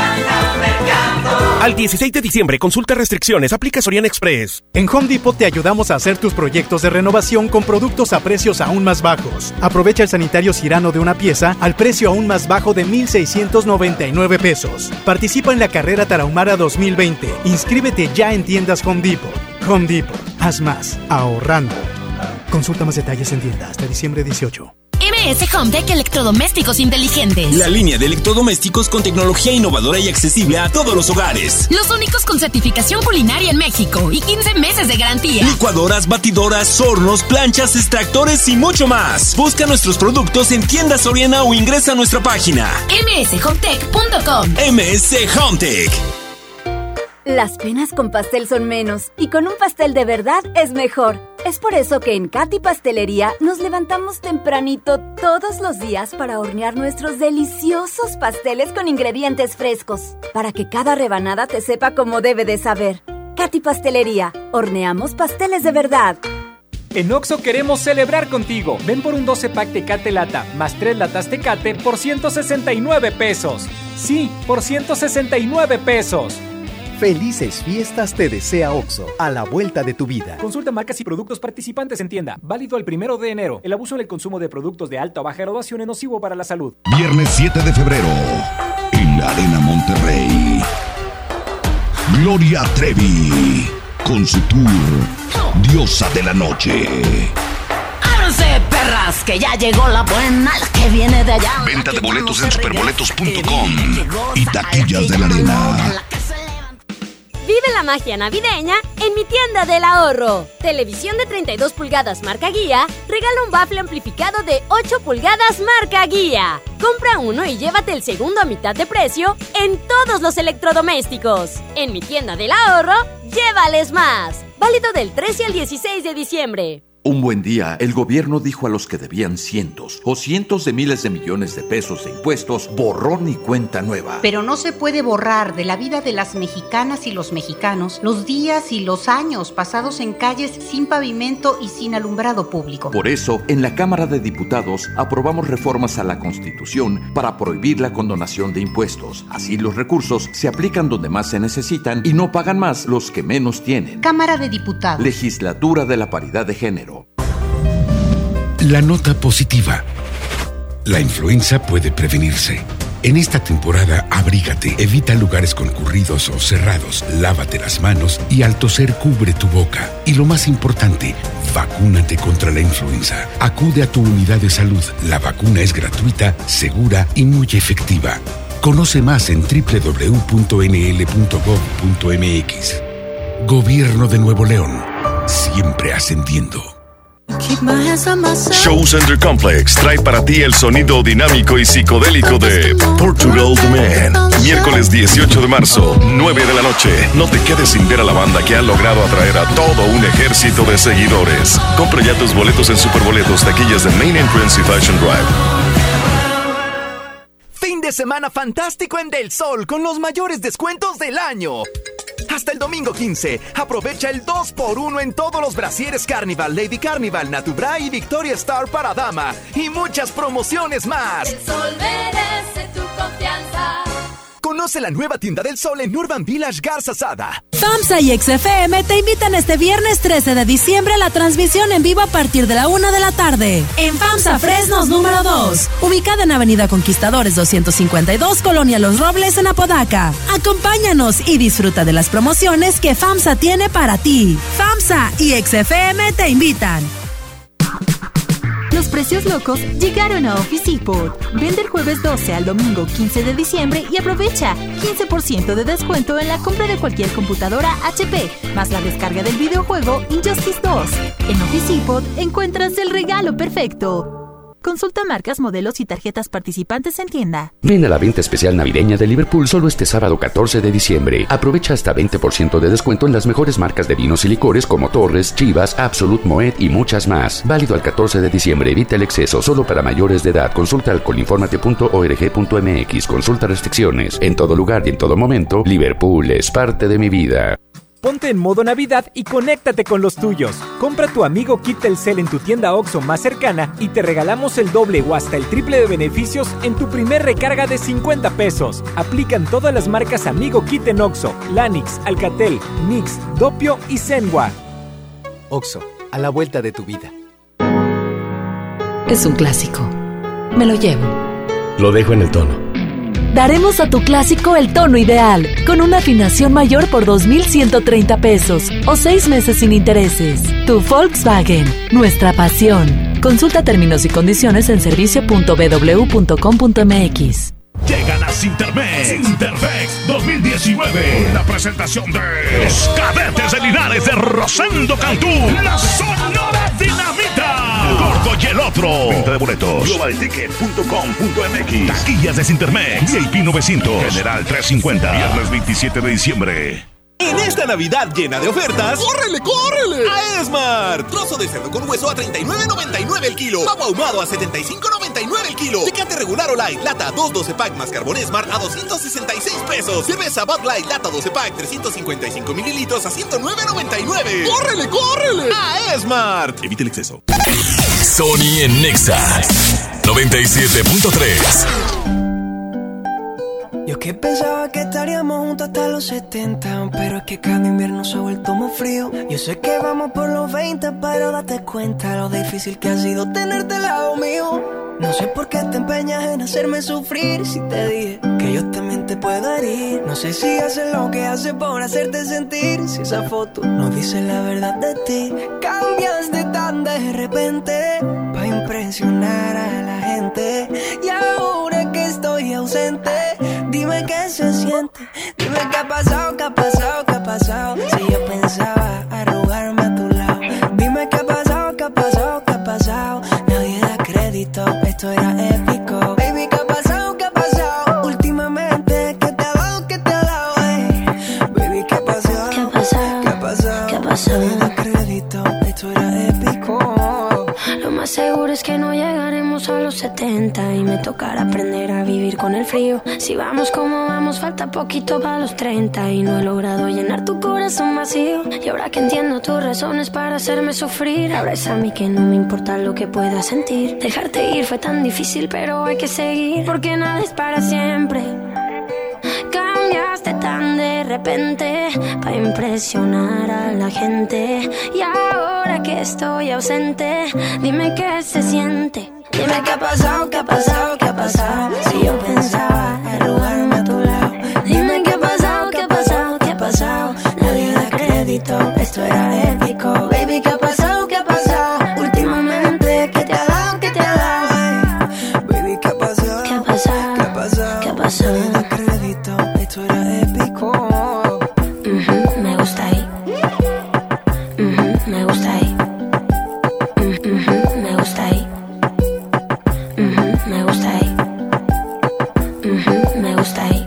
Al 16 de diciembre, consulta restricciones, aplica Soriana Express. En Home Depot te ayudamos a hacer tus proyectos de renovación con productos a precios aún más bajos. Aprovecha el sanitario Cirano de una pieza al precio aún más bajo de 1,699 pesos. Participa en la carrera Tarahumara 2020. Inscríbete ya en tiendas Home Depot. Home Depot. Haz más. Ahorrando. Consulta más detalles en tienda hasta diciembre 18. MS Hometech Electrodomésticos Inteligentes. La línea de electrodomésticos con tecnología innovadora y accesible a todos los hogares. Los únicos con certificación culinaria en México y 15 meses de garantía. Licuadoras, batidoras, hornos, planchas, extractores y mucho más. Busca nuestros productos en tienda Soriana o ingresa a nuestra página mshometech.com. MS Hometech. Las penas con pastel son menos y con un pastel de verdad es mejor. Es por eso que en Katy Pastelería nos levantamos tempranito todos los días para hornear nuestros deliciosos pasteles con ingredientes frescos, para que cada rebanada te sepa como debe de saber. Katy Pastelería, horneamos pasteles de verdad. En Oxxo queremos celebrar contigo. Ven por un 12-pack Tecate Lata más 3 latas Tecate por 169 pesos. Sí, por 169 pesos. Felices fiestas te desea Oxxo, a la vuelta de tu vida. Consulta marcas y productos participantes en tienda. Válido el 1 de enero. El abuso en el consumo de productos de alta o baja graduación es nocivo para la salud. Viernes 7 de febrero, en la Arena Monterrey. Gloria Trevi, con su tour Diosa de la Noche. ¡Ábranse, perras! Que ya llegó la buena, la que viene de allá. Venta de boletos en superboletos.com y taquillas de la arena. Vive la magia navideña en mi tienda del ahorro. Televisión de 32 pulgadas marca Guía. Regala un bafle amplificado de 8 pulgadas marca Guía. Compra uno y llévate el segundo a mitad de precio en todos los electrodomésticos. En mi tienda del ahorro, llévales más. Válido del 13 al 16 de diciembre. Un buen día, el gobierno dijo a los que debían cientos o cientos de miles de millones de pesos de impuestos, borrón y cuenta nueva. Pero no se puede borrar de la vida de las mexicanas y los mexicanos los días y los años pasados en calles sin pavimento y sin alumbrado público. Por eso, en la Cámara de Diputados aprobamos reformas a la Constitución para prohibir la condonación de impuestos. Así los recursos se aplican donde más se necesitan y no pagan más los que menos tienen. Cámara de Diputados. Legislatura de la Paridad de Género. La nota positiva. La influenza puede prevenirse. En esta temporada, abrígate, evita lugares concurridos o cerrados, lávate las manos y al toser cubre tu boca. Y lo más importante, vacúnate contra la influenza. Acude a tu unidad de salud. La vacuna es gratuita, segura y muy efectiva. Conoce más en www.nl.gov.mx. Gobierno de Nuevo León. Siempre ascendiendo. Show Center Complex trae para ti el sonido dinámico y psicodélico de Portugal The Man. Miércoles 18 de marzo, 9 de la noche. No te quedes sin ver a la banda que ha logrado atraer a todo un ejército de seguidores. Compra ya tus boletos en Superboletos, taquillas de Main Entrance y Fashion Drive. Fin de semana fantástico en Del Sol con los mayores descuentos del año. Hasta el domingo 15, aprovecha el 2x1 en todos los brasieres Carnival, Lady Carnival, Natubra y Victoria Star para dama. Y muchas promociones más. El Sol merece tu confianza. Conoce la nueva tienda del Sol en Urban Village Garza Sada. FAMSA y XFM te invitan este viernes 13 de diciembre a la transmisión en vivo a partir de la 1 de la tarde. En FAMSA Fresnos número 2, ubicada en Avenida Conquistadores 252, Colonia Los Robles, en Apodaca. Acompáñanos y disfruta de las promociones que FAMSA tiene para ti. FAMSA y XFM te invitan. Los precios locos llegaron a Office Depot. Vende el jueves 12 al domingo 15 de diciembre y aprovecha 15% de descuento en la compra de cualquier computadora HP, más la descarga del videojuego Injustice 2. En Office Depot encuentras el regalo perfecto. Consulta marcas, modelos y tarjetas participantes en tienda. Ven a la venta especial navideña de Liverpool solo este sábado 14 de diciembre. Aprovecha hasta 20% de descuento en las mejores marcas de vinos y licores como Torres, Chivas, Absolut, Moet y muchas más. Válido al 14 de diciembre. Evita el exceso, solo para mayores de edad. Consulta alcoholinformate.org.mx. Consulta restricciones. En todo lugar y en todo momento, Liverpool es parte de mi vida. Ponte en modo Navidad y conéctate con los tuyos. Compra tu amigo Kit Telcel en tu tienda OXXO más cercana y te regalamos el doble o hasta el triple de beneficios en tu primer recarga de 50 pesos. Aplican todas las marcas Amigo Kit en OXXO, Lanix, Alcatel, Mix, Doppio y Zenwa. OXXO, a la vuelta de tu vida. Es un clásico. Me lo llevo. Lo dejo en el tono. Daremos a tu clásico el tono ideal, con una afinación mayor por 2,130 pesos o 6 meses sin intereses. Tu Volkswagen, nuestra pasión. Consulta términos y condiciones en servicio.bw.com.mx. Llegan a Cintermex 2019. La presentación de los Cadetes de Linares de Rosendo Cantú, la Sonora Dinamita, Gordo y el Otro. Venta de boletos globalticket.com.mx. Taquillas de Cintermex, VIP 900, General 350. Viernes 27 de diciembre. En esta Navidad llena de ofertas, ¡córrele, córrele! A Esmart. Trozo de cerdo con hueso a $39.99 el kilo. Pavo ahumado a $75.99 el kilo. Tecate regular o light, lata 2 12 pack más carbón Esmart a $266 pesos. Cerveza Bud Light, lata 12 pack 355 mililitros a $109.99. ¡Córrele, córrele! A Esmart. Evite el exceso. Sony en Nexa 97.3. Yo que pensaba que estaríamos juntos hasta los 70, pero es que cada invierno se ha vuelto más frío. Yo sé que vamos por los 20, pero date cuenta lo difícil que ha sido tenerte al lado mío. No sé por qué te empeñas en hacerme sufrir. Si te dije que yo también te puedo herir. No sé si haces lo que haces por hacerte sentir. Si esa foto no dice la verdad de ti. Cambiaste tan de repente pa' impresionar a la gente. Y ahora que estoy ausente, dime qué se siente. Dime qué ha pasado, qué ha pasado, qué ha pasado. Si yo pensaba arrugarme a tu lado. Dime qué ha pasado, qué ha pasado, qué ha pasado. Nadie da crédito, esto era épico. Baby, ¿qué ha pasado, qué ha pasado? Últimamente, ¿qué te ha dado, qué te ha dado? Baby, ¿qué ha pasado? ¿Qué ha pasado? ¿Qué ha pasado? ¿Qué ha pasado? Nadie da crédito, esto era épico. Lo más seguro es que no llegaremos a los 70 y me tocará aprender a vivir con el frío. Si vamos como vamos, falta poquito para los 30 y no he logrado llenar tu corazón vacío. Y ahora que entiendo tus razones para hacerme sufrir, ahora es a mí que no me importa lo que pueda sentir. Dejarte ir fue tan difícil, pero hay que seguir, porque nada es para siempre. Cambiaste tan de repente para impresionar a la gente. Y ahora que estoy ausente, dime qué se siente. Dime qué ha pasado, qué ha pasado, qué ha pasado. Si yo pensaba arrugarme a tu lado. Dime qué ha pasado, qué ha pasado, qué ha pasado. Nadie da crédito, esto era épico. Baby, ¿qué ha pasado, qué ha pasado? Últimamente, ¿qué te ha dado, qué te ha dado? Baby, ¿qué ha pasado? ¿Qué ha pasado? ¿Qué ha pasado? ¿Qué ha pasado? Nadie da crédito, esto era épico. Me gusta ahí. Me gusta ahí. Me gusta ahí. Me gusta ahí. Me gusta ahí.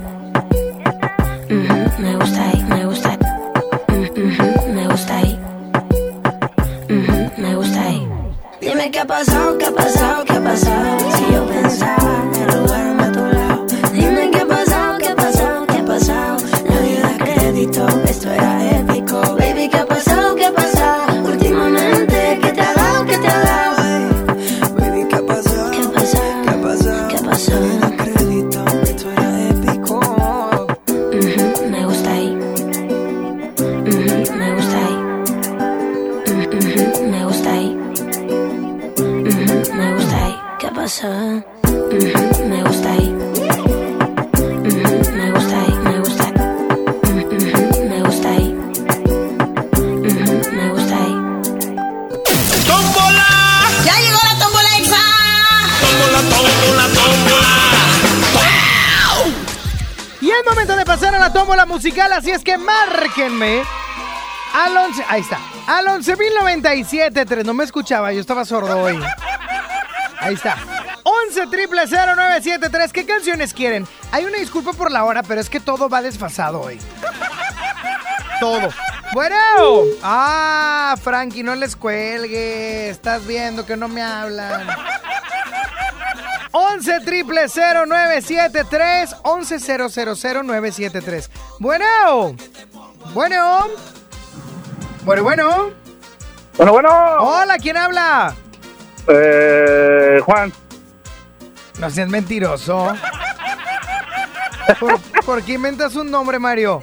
Me gusta ahí. Me gusta ahí. Me gusta ahí. Me gusta ahí. Dime qué ha pasado, qué ha pasado, qué ha pasado. Si yo pensaba arrugarme a tu lado. Dime qué ha pasado, qué ha pasado, qué ha pasado. Nadie da crédito, esto era épico. Baby, ¿qué ha pasado, qué ha pasado? Últimamente, ¿qué te ha dado, qué te ha dado? Baby, ¿qué ha pasado? ¿Qué ha pasado? ¿Qué ha pasado? ¿Qué ha pasado? Nadie da crédito, esto era épico. Me gusta ahí. Me gusta ahí. Me gusta ahí. Me gusta ahí. ¿Qué pasa? Me gusta ahí. Me gusta ahí. Me gusta ahí. Me gusta ahí. Me gusta ahí. ¡Tómbola! ¡Ya llegó la tómbola exa! ¡Tómbola, tómbola, tómbola! Y es momento de pasar a la tómbola musical, así es que márquenme al 11, ahí está, al 11.097.3. No me escuchaba, yo estaba sordo hoy. Ahí está, 11.000.973. ¿Qué canciones quieren? Hay una disculpa por la hora, pero es que todo va desfasado hoy. Todo. Bueno. Frankie, no les cuelgues. Estás viendo que no me hablan. 11.000.973. 11.000.973. Bueno. Bueno. Bueno, bueno. Bueno, bueno. Hola, ¿quién habla? Juan. No seas mentiroso. ¿Por qué inventas un nombre, Mario?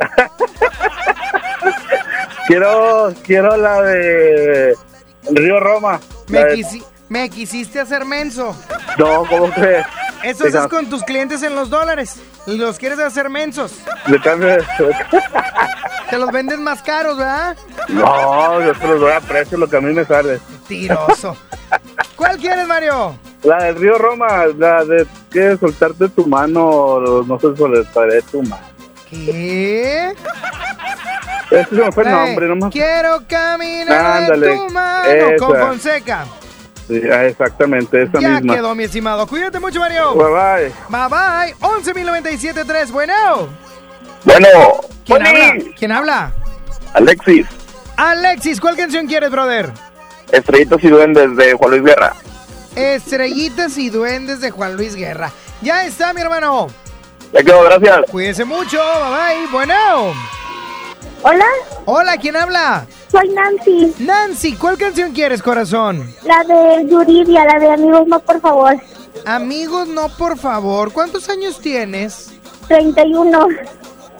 Quiero la de Río Roma. Me quisiste hacer menso. No, ¿cómo crees? Eso haces con tus clientes en los dólares. Los quieres hacer mensos. De cambio. Te los vendes más caros, ¿verdad? No, yo te los doy a precio, lo que a mí me sale. Mentiroso. ¿Cuál quieres, Mario? La del Río Roma, la de que soltarte tu mano, no sé, soltaré tu mano. ¿Qué? Ese me fue el nombre, no más. Quiero caminar en tu mano. Esa. Con Fonseca. Sí, exactamente, esa ya misma. Ya quedó, mi estimado. Cuídate mucho, Mario. Bye, bye. Bye, bye. 11.097.3. Bueno. Bueno. ¿Quién habla? ¿Quién habla? Alexis. Alexis, ¿cuál canción quieres, brother? Estrellitas y Duendes de Juan Luis Guerra. Estrellitas y Duendes de Juan Luis Guerra. Ya está, mi hermano. Ya quedó, gracias. Cuídense mucho. Bye, bye. Bueno. Hola. Hola, ¿quién habla? Soy Nancy. Nancy, ¿cuál canción quieres, corazón? La de Yuridia, la de Amigos No, por favor. Amigos No, por favor. ¿Cuántos años tienes? 31.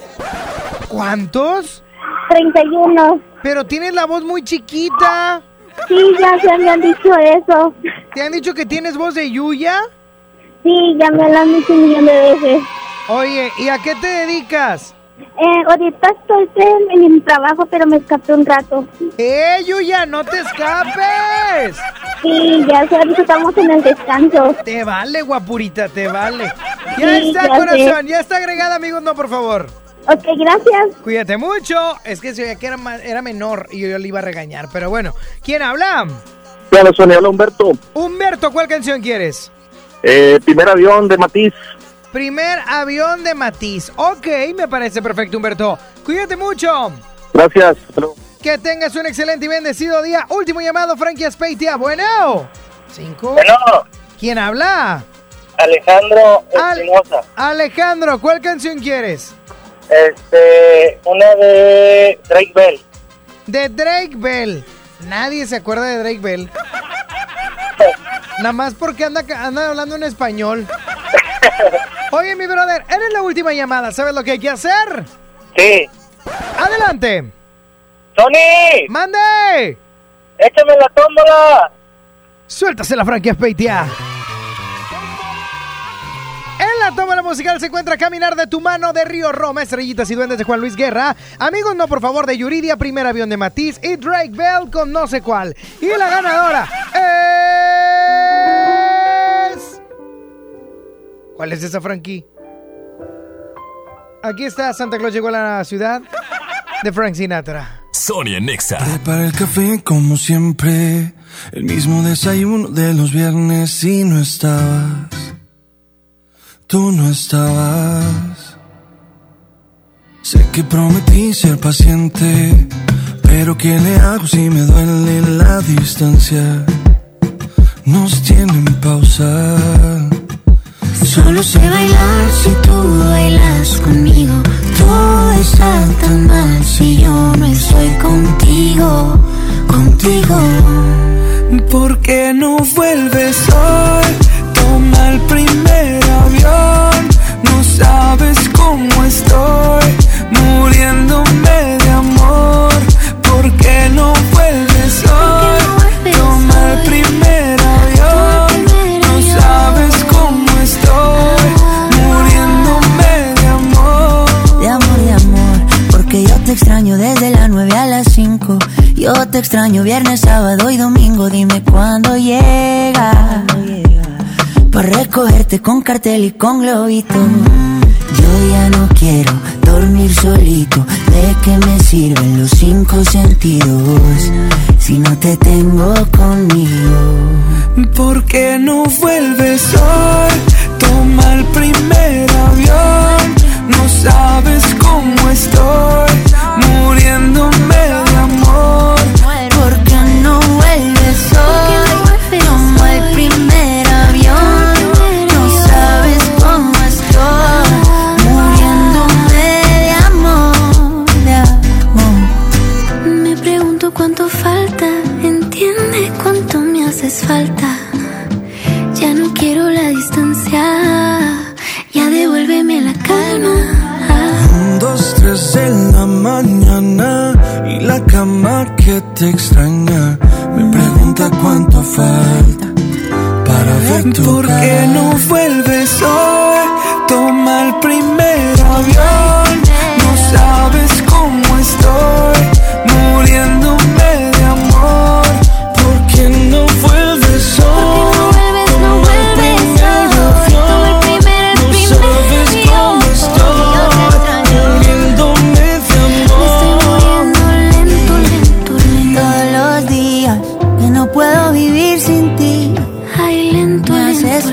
¿Cuántos? 31. Pero tienes la voz muy chiquita. Sí, ya se me han dicho eso. ¿Te han dicho que tienes voz de Yuya? Sí, ya me lo han dicho un millón de veces. Oye, ¿y a qué te dedicas? Ahorita estoy en mi trabajo, pero me escapé un rato. Yuya, no te escapes! Sí, ya sé, ahorita estamos en el descanso. Te vale, guapurita, te vale. Ya Sí, está, ya corazón, sé. ya está agregada, amigos, no, por favor. Ok, gracias. Cuídate mucho. Es que se veía que era menor y yo le iba a regañar, pero bueno. ¿Quién habla? Hola, Sonia, habla Humberto. Humberto, ¿cuál canción quieres? Primer avión de Matiz. Primer avión de Matiz. Ok, me parece perfecto, Humberto. Cuídate mucho. Gracias. Que tengas un excelente y bendecido día. Último llamado, Frankie Aspeitia. Bueno. 5. Bueno. ¿Quién habla? Alejandro Espinosa. Alejandro, ¿cuál canción quieres? Una de Drake Bell. De Drake Bell. Nadie se acuerda de Drake Bell. Nada más porque anda hablando en español. Oye, mi brother, eres la última llamada. ¿Sabes lo que hay que hacer? Sí. Adelante. ¡Tony! ¡Mande! ¡Échame la tómbola! Suéltase Frankie Aspeitia. En la tómbola musical se encuentra Caminar de tu mano de Río Roma, Estrellitas y Duendes de Juan Luis Guerra, Amigos no por favor de Yuridia, Primer avión de Matiz y Drake Bell con no sé cuál. Y la ganadora es... ¿Cuál es esa, Frankie? Aquí está, Santa Claus llegó a la ciudad, de Frank Sinatra. Sonia Nexa. Prepara el café como siempre, el mismo desayuno de los viernes y no estabas. Tú no estabas. Sé que prometí ser paciente, pero ¿qué le hago si me duele la distancia? Nos tienen pausa. Solo sé bailar si tú bailas conmigo. Todo está tan mal si yo no estoy contigo, contigo. ¿Por qué no vuelves hoy? Toma el primer avión. No sabes cómo estoy, muriéndome de amor. ¿Por qué no vuelves hoy? Toma el primer avión. No sabes cómo estoy, muriéndome de amor. De amor, porque yo te extraño desde las 9 a las 5. Yo te extraño viernes, sábado y domingo. Dime cuándo llega, pa' recogerte con cartel y con globito. Yo ya no quiero dormir solito. ¿De qué me sirven los 5 sentidos si no te tengo conmigo? ¿Por qué no vuelves hoy? Toma el primer avión. No sabes cómo estoy, muriéndome de amor. ¿Por qué no vuelves hoy? Toma el primer avión. No sabes cómo estoy, muriéndome de amor, de amor. Me pregunto cuánto falta, entiende cuánto me haces falta. Ya no quiero la distancia, ya devuélveme la calma. 2, 3 de la mañana y la cama que te extraña me pregunta cuánto falta para ver tu ¿Por qué no vuelves hoy? Toma el primer avión. No sabes cómo estoy, muriéndome de amor. ¿Por qué no vuelves hoy? Toma el primer avión. No sabes cómo estoy, muriéndome de amor. Todos los días que no puedo vivir sin ti. Ay, lento, me haces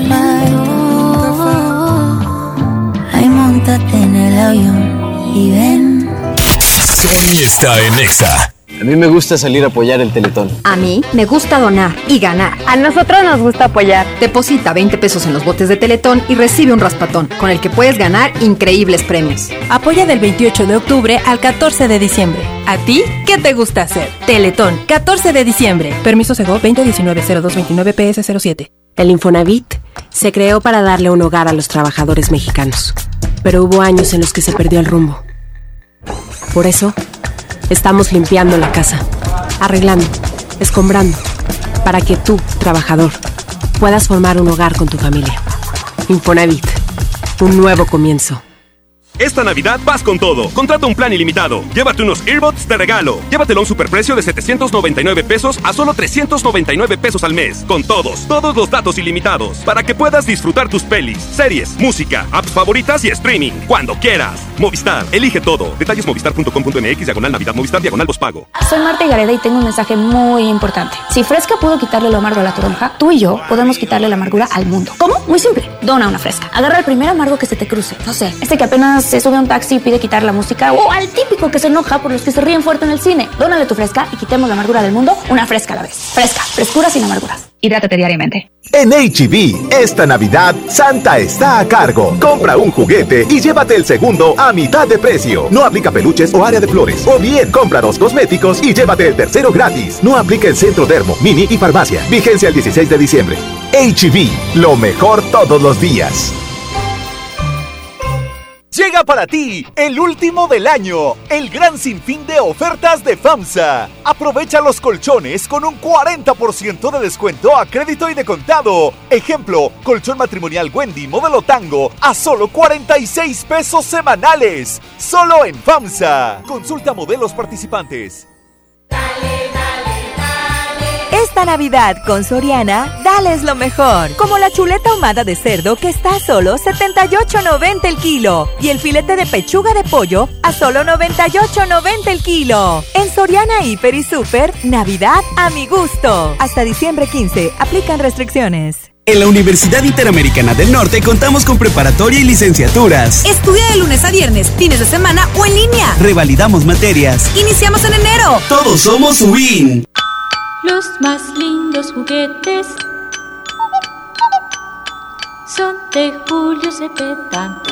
ay, móntate en el avión y ven. Sony está en Nexa. A mí me gusta salir a apoyar el Teletón. A mí me gusta donar y ganar. A nosotros nos gusta apoyar. Deposita 20 pesos en los botes de Teletón y recibe un raspatón, con el que puedes ganar increíbles premios. Apoya del 28 de octubre al 14 de diciembre. ¿A ti qué te gusta hacer? Teletón, 14 de diciembre. Permiso Segov 2019-0229-PS07. El Infonavit se creó para darle un hogar a los trabajadores mexicanos. Pero hubo años en los que se perdió el rumbo. Por eso, estamos limpiando la casa, arreglando, escombrando, para que tú, trabajador, puedas formar un hogar con tu familia. Infonavit, un nuevo comienzo. Esta Navidad vas con todo. Contrata un plan ilimitado. Llévate unos earbuds de regalo. Llévatelo a un superprecio de 799 pesos a solo 399 pesos al mes. Con todos los datos ilimitados. Para que puedas disfrutar tus pelis, series, música, apps favoritas y streaming. Cuando quieras. Movistar, elige todo. Detalles movistar.com.mx/Navidad, Movistar /pospago. Soy Marta Gareda y tengo un mensaje muy importante. Si Fresca pudo quitarle lo amargo a la toronja, tú y yo podemos quitarle la amargura al mundo. ¿Cómo? Muy simple. Dona una Fresca. Agarra el primer amargo que se te cruce. No sé, que apenas se sube a un taxi y pide quitar la música, o al típico que se enoja por los que se ríen fuerte en el cine. Dónale tu Fresca y quitemos la amargura del mundo una Fresca a la vez. Fresca, frescura sin amarguras. Hidrátate diariamente. En H-E-B, esta Navidad, Santa está a cargo. Compra un juguete y llévate el segundo a mitad de precio. No aplica peluches o área de flores. O bien, compra 2 cosméticos y llévate el tercero gratis. No aplica en Centro Dermo, Mini y Farmacia. Vigencia el 16 de diciembre. H-E-B, lo mejor todos los días. Llega para ti el último del año, el gran sinfín de ofertas de FAMSA. Aprovecha los colchones con un 40% de descuento a crédito y de contado. Ejemplo, colchón matrimonial Wendy modelo Tango a solo 46 pesos semanales. Solo en FAMSA. Consulta modelos participantes. Esta Navidad con Soriana, dales lo mejor. Como la chuleta ahumada de cerdo que está a solo $78.90 el kilo. Y el filete de pechuga de pollo a solo $98.90 el kilo. En Soriana, Hiper y Super, Navidad a mi gusto. Hasta diciembre 15, aplican restricciones. En la Universidad Interamericana del Norte contamos con preparatoria y licenciaturas. Estudia de lunes a viernes, fines de semana o en línea. Revalidamos materias. Iniciamos en enero. Todos somos UIN. Los más lindos juguetes son de Julio Cepeda.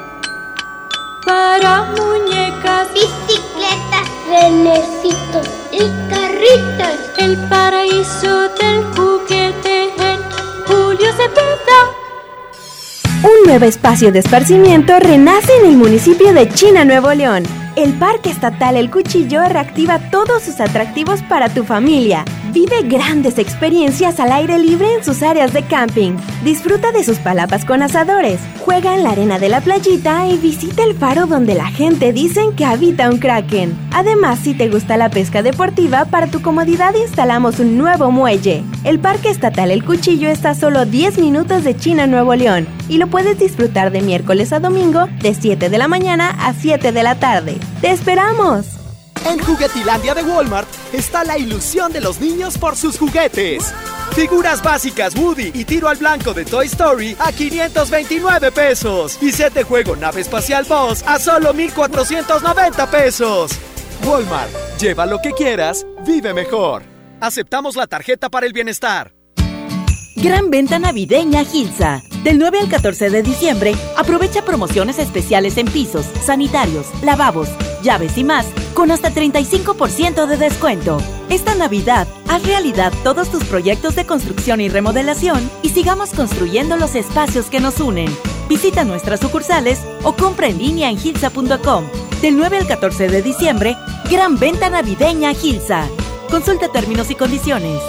Para muñecas, bicicletas, renecitos y carritos. El paraíso del juguete en Julio Cepeda. Un nuevo espacio de esparcimiento renace en el municipio de China, Nuevo León. El Parque Estatal El Cuchillo reactiva todos sus atractivos para tu familia. Vive grandes experiencias al aire libre en sus áreas de camping. Disfruta de sus palapas con asadores. Juega en la arena de la playita y visita el faro donde la gente dicen que habita un kraken. Además, si te gusta la pesca deportiva, para tu comodidad instalamos un nuevo muelle. El Parque Estatal El Cuchillo está a solo 10 minutos de China, Nuevo León. Y lo puedes disfrutar de miércoles a domingo de 7 de la mañana a 7 de la tarde. ¡Te esperamos! En Juguetilandia de Walmart está la ilusión de los niños por sus juguetes. Figuras básicas Woody y tiro al blanco de Toy Story a 529 pesos. Y set de juego nave espacial Buzz a solo 1,490 pesos. Walmart, lleva lo que quieras, vive mejor. Aceptamos la tarjeta para el bienestar. Gran venta navideña Gilsa. Del 9 al 14 de diciembre, aprovecha promociones especiales en pisos, sanitarios, lavabos, llaves y más, con hasta 35% de descuento. Esta Navidad, haz realidad todos tus proyectos de construcción y remodelación y sigamos construyendo los espacios que nos unen. Visita nuestras sucursales o compra en línea en gilsa.com. Del 9 al 14 de diciembre, gran venta navideña Gilsa. Consulta términos y condiciones.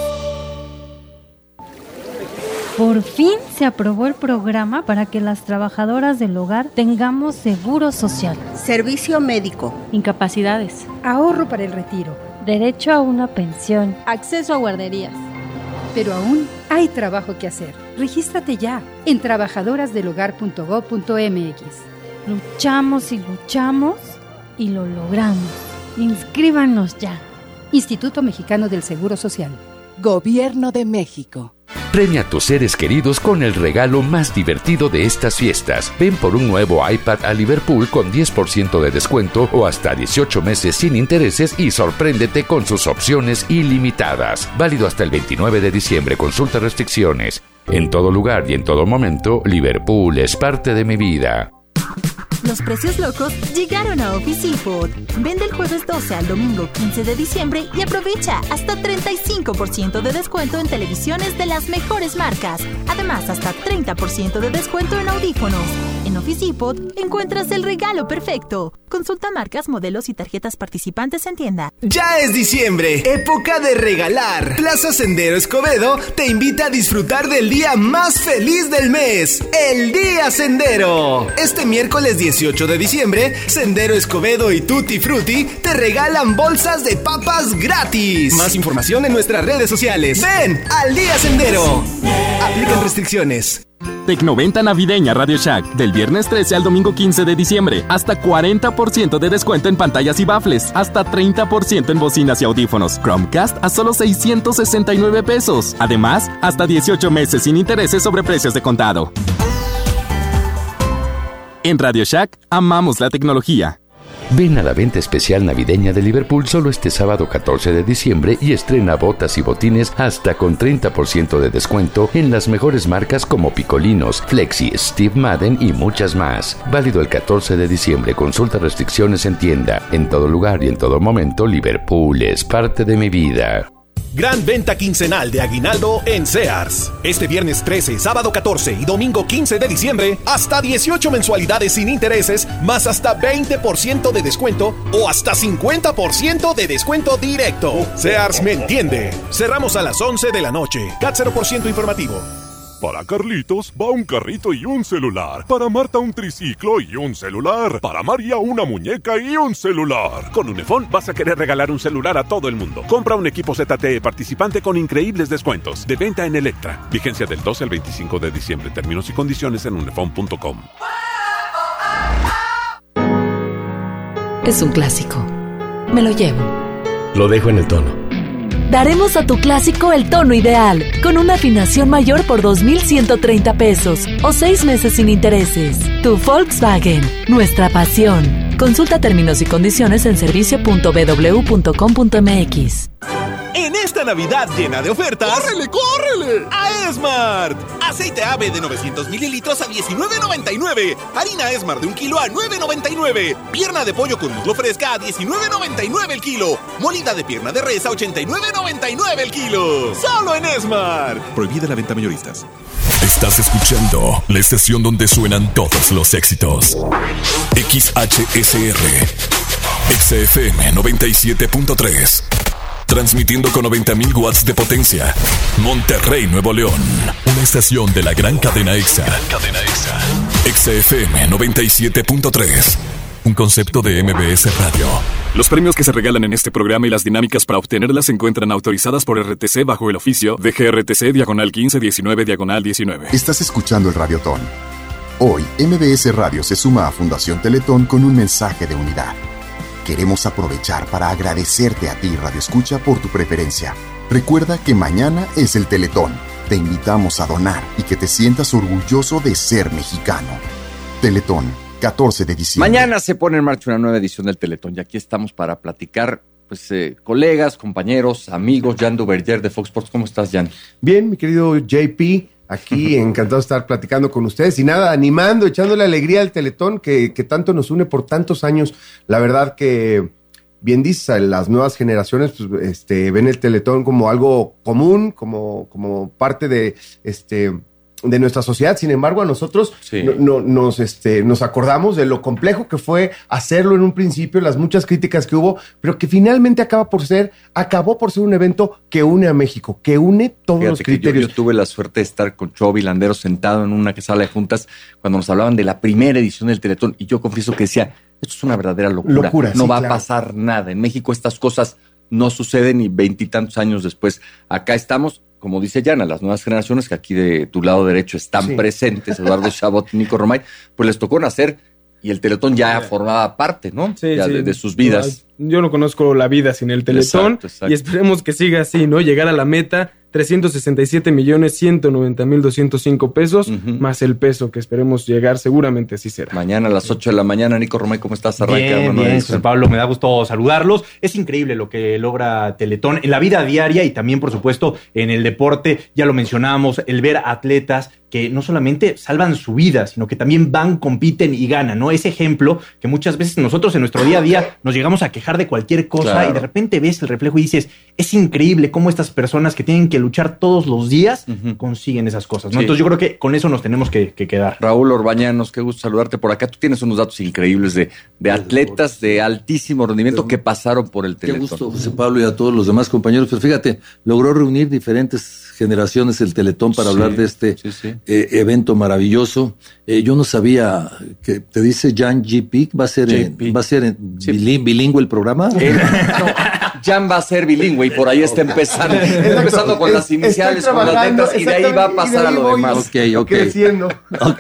Por fin se aprobó el programa para que las trabajadoras del hogar tengamos seguro social, servicio médico, incapacidades, ahorro para el retiro, derecho a una pensión, acceso a guarderías. Pero aún hay trabajo que hacer. Regístrate ya en trabajadorasdelhogar.gov.mx. Luchamos y luchamos y lo logramos. Inscríbanos ya. Instituto Mexicano del Seguro Social. Gobierno de México. Premia a tus seres queridos con el regalo más divertido de estas fiestas. Ven por un nuevo iPad a Liverpool con 10% de descuento o hasta 18 meses sin intereses y sorpréndete con sus opciones ilimitadas. Válido hasta el 29 de diciembre. Consulta restricciones. En todo lugar y en todo momento, Liverpool es parte de mi vida. Los precios locos llegaron a Office Depot. Vende el jueves 12 al domingo 15 de diciembre y aprovecha hasta 35% de descuento en televisiones de las mejores marcas. Además, hasta 30% de descuento en audífonos. En Office Depot encuentras el regalo perfecto. Consulta marcas, modelos y tarjetas participantes en tienda. Ya es diciembre, época de regalar. Plaza Sendero Escobedo te invita a disfrutar del día más feliz del mes, el Día Sendero. Este miércoles 18 de diciembre, Sendero Escobedo y Tutti Frutti te regalan bolsas de papas gratis. Más información en nuestras redes sociales. ¡Ven al Día Sendero! Aplican restricciones. Tecnoventa navideña Radio Shack, del viernes 13 al domingo 15 de diciembre. Hasta 40% de descuento en pantallas y baffles. Hasta 30% en bocinas y audífonos. Chromecast a solo 669 pesos. Además, hasta 18 meses sin intereses sobre precios de contado. En Radio Shack, amamos la tecnología. Ven a la venta especial navideña de Liverpool solo este sábado 14 de diciembre y estrena botas y botines hasta con 30% de descuento en las mejores marcas como Picolinos, Flexi, Steve Madden y muchas más. Válido el 14 de diciembre. Consulta restricciones en tienda. En todo lugar y en todo momento, Liverpool es parte de mi vida. Gran venta quincenal de aguinaldo en Sears. Este viernes 13, sábado 14 y domingo 15 de diciembre, hasta 18 mensualidades sin intereses, más hasta 20% de descuento o hasta 50% de descuento directo. Sears me entiende. Cerramos a las 11 de la noche. CAT 0% informativo. Para Carlitos va un carrito y un celular. Para Marta un triciclo y un celular. Para María una muñeca y un celular. Con Unefón vas a querer regalar un celular a todo el mundo. Compra un equipo ZTE participante con increíbles descuentos. De venta en Electra. Vigencia del 12 al 25 de diciembre. Términos y condiciones en unefón.com. Es un clásico. Me lo llevo. Lo dejo en el tono. Daremos a tu clásico el tono ideal, con una afinación mayor por 2,130 pesos o 6 meses sin intereses. Tu Volkswagen, nuestra pasión. Consulta términos y condiciones en servicio.bw.com.mx. En esta Navidad llena de ofertas, ¡córrele! A Esmart. Aceite ave de 900 mililitros a $19.99. Harina Esmart de 1 kilo a $9.99. Pierna de pollo con muslo fresca a $19.99 el kilo. Molida de pierna de res a $89.99 el kilo. Solo en Esmart. Prohibida la venta mayoristas. Estás escuchando la estación donde suenan todos los éxitos. XHSR. XFM 97.3. Transmitiendo con 90,000 watts de potencia. Monterrey, Nuevo León. Una estación de la gran cadena EXA. XFM 97.3. Un concepto de MBS Radio. Los premios que se regalan en este programa y las dinámicas para obtenerlas se encuentran autorizadas por RTC bajo el oficio de GRTC/1519/19. Estás escuchando el Radiotón. Hoy, MBS Radio se suma a Fundación Teletón con un mensaje de unidad. Queremos aprovechar para agradecerte a ti, Radio Escucha, por tu preferencia. Recuerda que mañana es el Teletón. Te invitamos a donar y que te sientas orgulloso de ser mexicano. Teletón, 14 de diciembre. Mañana se pone en marcha una nueva edición del Teletón y aquí estamos para platicar, colegas, compañeros, amigos. Jan Duverger de Fox Sports. ¿Cómo estás, Jan? Bien, mi querido JP. Aquí encantado de estar platicando con ustedes y nada, animando, echándole alegría al Teletón que tanto nos une por tantos años. La verdad que, bien dices, las nuevas generaciones ven el Teletón como algo común, como parte de nuestra sociedad. Sin embargo, a nosotros nos acordamos de lo complejo que fue hacerlo en un principio, las muchas críticas que hubo, pero que finalmente acabó por ser un evento que une a México, que une todos los criterios. Yo tuve la suerte de estar con Chovy Landero sentado en una sala de juntas cuando nos hablaban de la primera edición del Teletón y yo confieso que decía, esto es una verdadera locura. No va a pasar nada. En México estas cosas no suceden y 20 y tantos años después acá estamos. Como dice Yana, las nuevas generaciones que aquí de tu lado derecho están presentes, Eduardo Chabot, Nico Romay, pues les tocó nacer y el Teletón ya formaba parte, ¿no? De sus vidas. Yo no conozco la vida sin el Teletón. Exacto. Y esperemos que siga así, ¿no? Llegar a la meta, 367,190,205 pesos, más el peso que esperemos llegar, seguramente así será. Mañana a las 8 de la mañana, Nico Romay, ¿cómo estás? Bien, José Pablo, me da gusto saludarlos. Es increíble lo que logra Teletón en la vida diaria y también, por supuesto, en el deporte. Ya lo mencionábamos, el ver atletas que no solamente salvan su vida, sino que también van, compiten y ganan, ¿no? Ese ejemplo que muchas veces nosotros en nuestro día a día nos llegamos a quejar de cualquier cosa y de repente ves el reflejo y dices, es increíble cómo estas personas que tienen que luchar todos los días consiguen esas cosas, ¿no? Entonces yo creo que con eso nos tenemos que quedar. Raúl Orbañanos, qué gusto saludarte por acá. Tú tienes unos datos increíbles de atletas de altísimo rendimiento que pasaron por el Teletón. Qué gusto, José Pablo, y a todos los demás compañeros. Pero fíjate, logró reunir diferentes generaciones el Teletón para hablar de este evento maravilloso. Yo no sabía que te dice Jan GP, va a ser bilingüe el programa. Jan va a ser bilingüe y por ahí está empezando. Está empezando con las iniciales, con las letras y de ahí va a pasar a lo demás. Creciendo.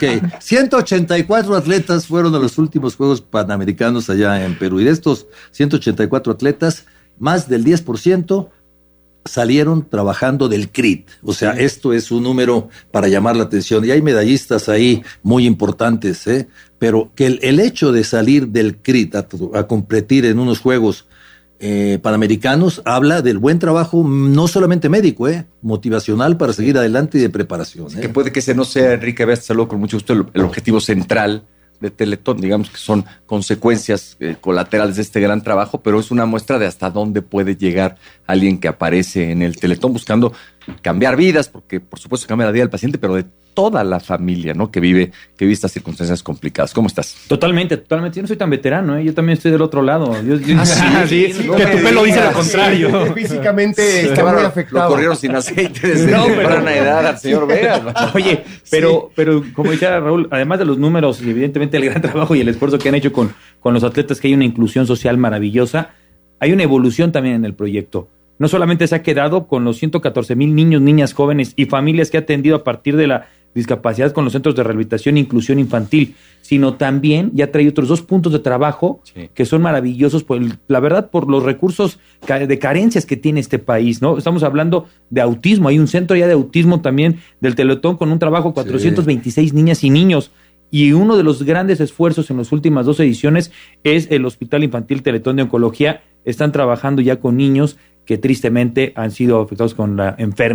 184 atletas fueron a los últimos Juegos Panamericanos allá en Perú. Y de estos 184 atletas, más del 10% salieron trabajando del CRIT. O sea, esto es un número para llamar la atención. Y hay medallistas ahí muy importantes, pero que el hecho de salir del CRIT a competir en unos Juegos Panamericanos habla del buen trabajo, no solamente médico, motivacional para seguir adelante y de preparación. Que puede que ese no sea, Enrique Vest, saludo con mucho gusto, el objetivo central de Teletón, digamos que son consecuencias colaterales de este gran trabajo, pero es una muestra de hasta dónde puede llegar alguien que aparece en el Teletón buscando cambiar vidas, porque por supuesto cambia la vida del paciente, pero de toda la familia, ¿no? Que vive estas circunstancias complicadas. ¿Cómo estás? Totalmente. Yo no soy tan veterano, Yo también estoy del otro lado. Sí, que tu pelo dice lo contrario. Físicamente está muy afectado. Lo corrieron sin aceite desde temprana edad al señor Vegas. Oye, pero como decía Raúl, además de los números y evidentemente el gran trabajo y el esfuerzo que han hecho con los atletas, que hay una inclusión social maravillosa, hay una evolución también en el proyecto. No solamente se ha quedado con los 114,000 niños, niñas, jóvenes y familias que ha atendido a partir de la discapacidad con los centros de rehabilitación e inclusión infantil, sino también ya trae otros 2 puntos de trabajo que son maravillosos, la verdad, por los recursos de carencias que tiene este país, ¿no? Estamos hablando de autismo, hay un centro ya de autismo también del Teletón con un trabajo 426 niñas y niños. Y uno de los grandes esfuerzos en las últimas 2 ediciones es el Hospital Infantil Teletón de Oncología. Están trabajando ya con niños que tristemente han sido afectados con la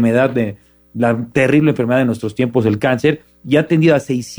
terrible enfermedad de nuestros tiempos, el cáncer, y ha atendido a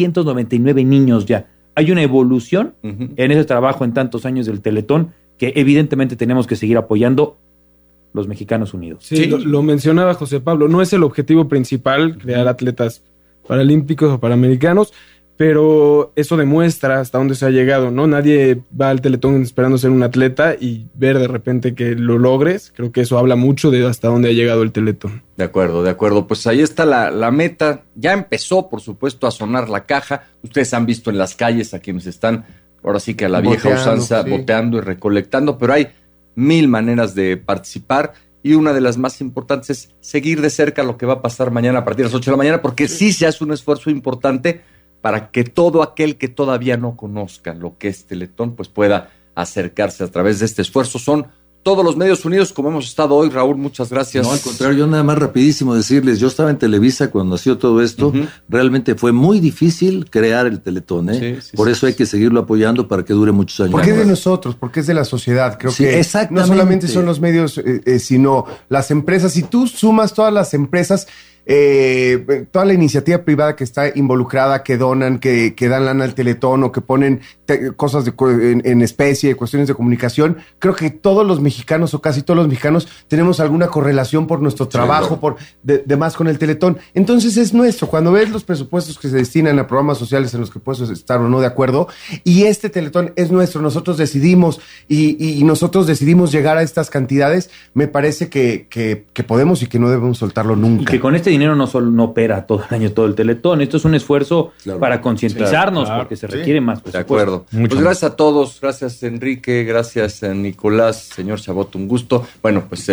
699 niños ya. Hay una evolución en ese trabajo en tantos años del Teletón que evidentemente tenemos que seguir apoyando los mexicanos unidos. Sí. Lo mencionaba José Pablo, no es el objetivo principal crear atletas paralímpicos o panamericanos, pero eso demuestra hasta dónde se ha llegado, ¿no? Nadie va al Teletón esperando ser un atleta y ver de repente que lo logres. Creo que eso habla mucho de hasta dónde ha llegado el Teletón. De acuerdo. Pues ahí está la meta. Ya empezó, por supuesto, a sonar la caja. Ustedes han visto en las calles a quienes están, ahora sí que a la vieja usanza, boteando y recolectando, pero hay 1000 maneras de participar. Y una de las más importantes es seguir de cerca lo que va a pasar mañana a partir de las 8 de la mañana, porque sí se hace un esfuerzo importante para que todo aquel que todavía no conozca lo que es Teletón, pues pueda acercarse a través de este esfuerzo. Son todos los medios unidos, como hemos estado hoy. Raúl, muchas gracias. No, al contrario, yo nada más rapidísimo decirles, yo estaba en Televisa cuando nació todo esto, realmente fue muy difícil crear el Teletón, por eso hay que seguirlo apoyando para que dure muchos años. Porque es de nosotros, porque es de la sociedad, creo que no solamente son los medios, sino las empresas. Si tú sumas todas las empresas, toda la iniciativa privada que está involucrada, que donan, que dan lana al Teletón o que ponen cosas en especie, cuestiones de comunicación, creo que todos los mexicanos o casi todos los mexicanos tenemos alguna correlación por nuestro trabajo, por demás con el Teletón. Entonces es nuestro. Cuando ves los presupuestos que se destinan a programas sociales en los que puedes estar o no de acuerdo, y este Teletón es nuestro, nosotros decidimos y nosotros decidimos llegar a estas cantidades, me parece que podemos y que no debemos soltarlo nunca. Y que con este dinero no opera todo el año todo el Teletón. Esto es un esfuerzo para concientizarnos, porque se requiere más presupuesto. De acuerdo. Pues gracias a todos. Gracias, Enrique. Gracias, Nicolás. Señor Chabot, un gusto. Bueno, pues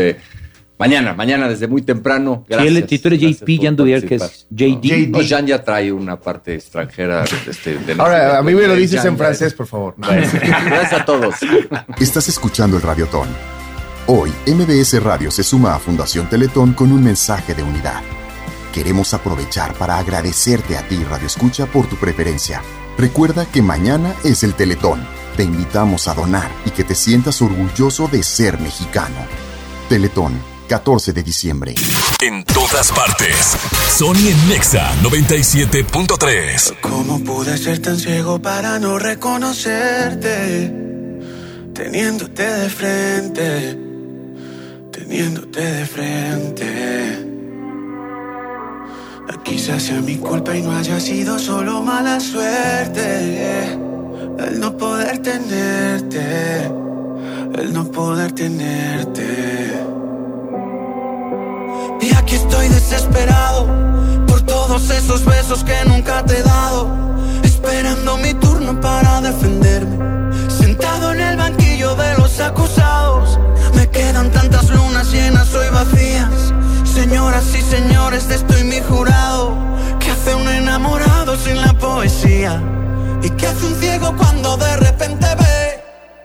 mañana desde muy temprano. Gracias. Si tú eres JP, Jan Duvier, que es JD. No, Jan ya trae una parte extranjera. Ahora, a mí me lo dices en francés, por favor. Gracias a todos. Estás escuchando el Radiotón. Hoy, MBS Radio se suma a Fundación Teletón con un mensaje de unidad. Queremos aprovechar para agradecerte a ti, Radio Escucha, por tu preferencia. Recuerda que mañana es el Teletón. Te invitamos a donar y que te sientas orgulloso de ser mexicano. Teletón, 14 de diciembre. En todas partes. Sony en Nexa 97.3. ¿Cómo pude ser tan ciego para no reconocerte? Teniéndote de frente, teniéndote de frente. Quizás sea mi culpa y no haya sido solo mala suerte. El no poder tenerte, el no poder tenerte. Y aquí estoy desesperado por todos esos besos que nunca te he dado, esperando mi turno para defenderme, sentado en el banquillo de los acusados. Me quedan tantas lunas llenas hoy vacías. Señoras y señores, de estoy mi jurado. ¿Qué hace un enamorado sin la poesía? ¿Y qué hace un ciego cuando de repente ve?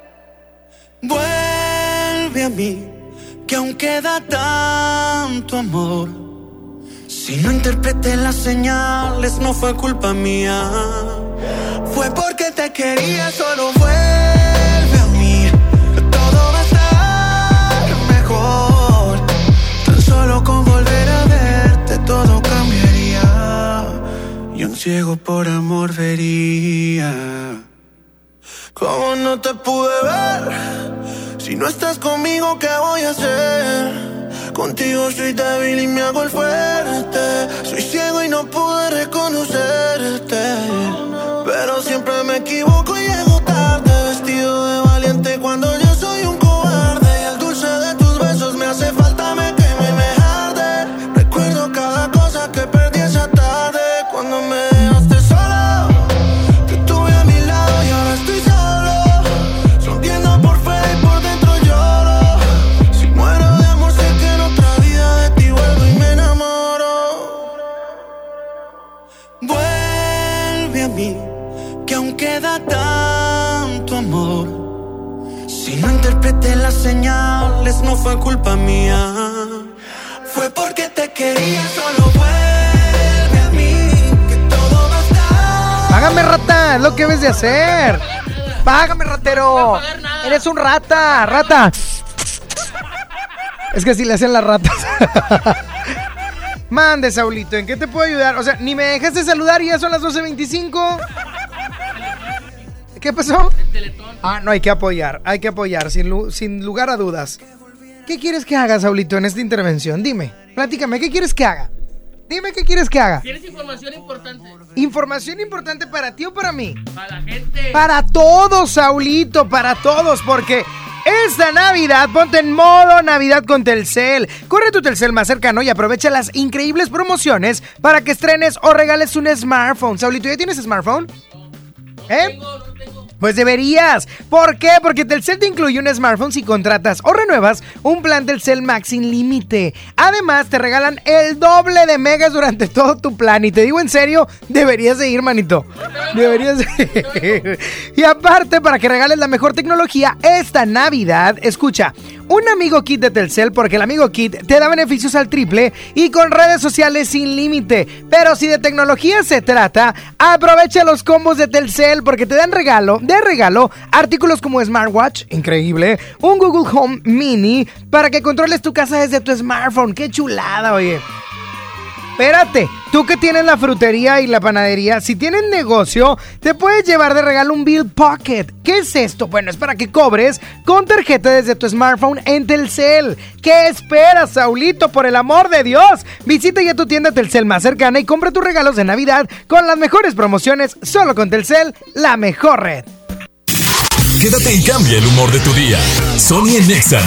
Vuelve a mí, que aún queda tanto amor. Si no interpreté las señales, no fue culpa mía. Fue porque te quería, solo vuelve a mí. Todo va a estar mejor. Tan solo con volver a verte todo cambiaría. Y un ciego por amor vería. ¿Cómo no te pude ver? Si no estás conmigo, ¿qué voy a hacer? Contigo soy débil y me hago el fuerte. Soy ciego y no pude reconocerte. Pero siempre me equivoco y llego tarde, vestido de valiente cuando yo soy un cobarde. Y el dulce de tus besos me hace falta, me quema y me arde. Recuerdo cada cosa que perdí esa tarde, cuando me dejaste solo. Te tuve a mi lado y ahora estoy solo, sonriendo por fuera y por dentro lloro. Si muero de amor sé que en otra vida de ti vuelvo y me enamoro. Vuelve a mí, que aún queda tanto amor. Si no interpreté las señales, no fue culpa mía. Fue porque te quería, solo vuelve a mí, que todo va a estar. Págame, rata, es lo que debes de hacer. Págame, ratero. Eres un rata. Es que si le hacen las ratas. Mande, Saulito, ¿en qué te puedo ayudar? O sea, ni me dejaste saludar y ya son las 12:25. ¿Qué pasó? El Teletón. Ah, no, hay que apoyar, sin lugar a dudas. ¿Qué quieres que haga, Saulito, en esta intervención? Dime, platícame, ¿qué quieres que haga? Dime qué quieres que haga. ¿Tienes información importante? ¿Información importante para ti o para mí? Para la gente. Para todos, Saulito, para todos, porque esta Navidad ponte en modo Navidad con Telcel. Corre a tu Telcel más cercano y aprovecha las increíbles promociones para que estrenes o regales un smartphone. Saulito, ¿ya tienes smartphone? ¿Eh? No tengo. Pues deberías. ¿Por qué? Porque Telcel te incluye un smartphone si contratas o renuevas un plan Telcel Max sin límite. Además, te regalan el doble de megas durante todo tu plan. Y te digo en serio, deberías de ir, manito. Deberías de ir. Y aparte, para que regales la mejor tecnología esta Navidad, escucha, un amigo kit de Telcel, porque el amigo kit te da beneficios al triple y con redes sociales sin límite. Pero si de tecnología se trata, aprovecha los combos de Telcel porque te dan de regalo artículos como smartwatch, increíble, un Google Home Mini para que controles tu casa desde tu smartphone. ¡Qué chulada, oye! Espérate, tú que tienes la frutería y la panadería, si tienes negocio, te puedes llevar de regalo un Bill Pocket. ¿Qué es esto? Bueno, es para que cobres con tarjeta desde tu smartphone en Telcel. ¿Qué esperas, Saulito? Por el amor de Dios, visita ya tu tienda Telcel más cercana y compra tus regalos de Navidad con las mejores promociones, solo con Telcel, la mejor red. Quédate y cambia el humor de tu día. Sony en Nexa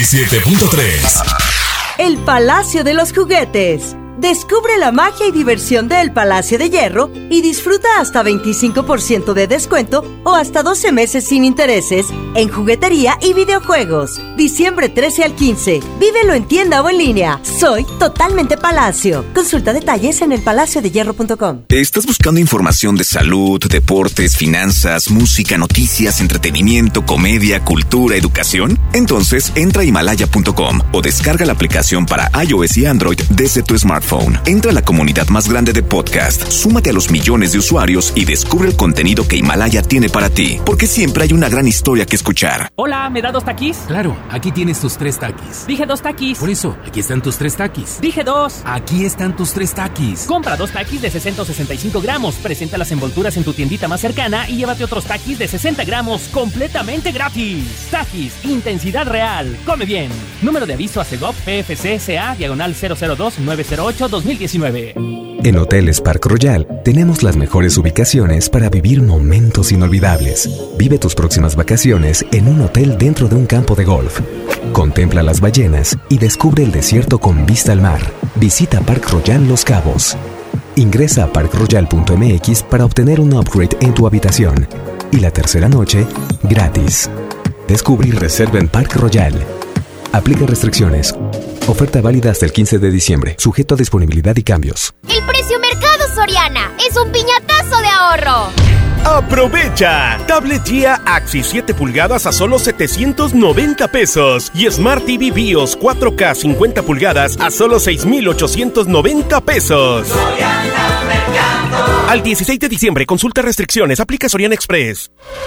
97.3. El Palacio de los Juguetes. Descubre la magia y diversión del Palacio de Hierro y disfruta hasta 25% de descuento o hasta 12 meses sin intereses en juguetería y videojuegos. Diciembre 13 al 15. Vívelo en tienda o en línea. Soy totalmente Palacio. Consulta detalles en elpalaciodehierro.com. ¿Estás buscando información de salud, deportes, finanzas, música, noticias, entretenimiento, comedia, cultura, educación? Entonces entra a Himalaya.com o descarga la aplicación para iOS y Android desde tu smartphone. smartphone. Entra a la comunidad más grande de podcast, súmate a los millones de usuarios y descubre el contenido que Himalaya tiene para ti, porque siempre hay una gran historia que escuchar. Hola, ¿me da 2 taquis? Claro, aquí tienes tus 3 taquis. Dije 2 taquis. Por eso, aquí están tus 3 taquis. Dije 2. Aquí están tus 3 taquis. Compra 2 taquis de 60 o 65 gramos, presenta las envolturas en tu tiendita más cercana y llévate otros taquis de 60 gramos completamente gratis. Taquis, intensidad real. Come bien. Número de aviso a Segov PFC CA /002-908-2019. En Hoteles Park Royal tenemos las mejores ubicaciones para vivir momentos inolvidables. Vive tus próximas vacaciones en un hotel dentro de un campo de golf. Contempla las ballenas y descubre el desierto con vista al mar. Visita Park Royal Los Cabos. Ingresa a parkroyal.mx para obtener un upgrade en tu habitación. Y la tercera noche, gratis. Descubre y reserva en Park Royal. Aplica restricciones. Oferta válida hasta el 15 de diciembre, sujeto a disponibilidad y cambios. El precio Mercado Soriana es un piñatazo de ahorro. ¡Aprovecha! Tablet Gia Axis 7 pulgadas a solo 790 pesos y Smart TV BIOS 4K 50 pulgadas a solo 6,890 pesos. Soriana Mercado. Al 16 de diciembre, consulta restricciones, aplica Soriana Express.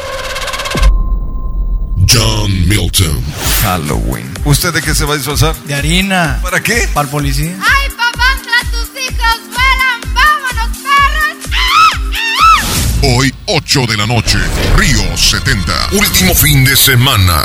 John Milton. Halloween. ¿Usted de qué se va a disfrazar? De harina. ¿Para qué? Para el policía. ¡Ay, papantla, tus hijos vuelan! ¡Vámonos, perros! Hoy, 8 de la noche, Río 70. Último fin de semana.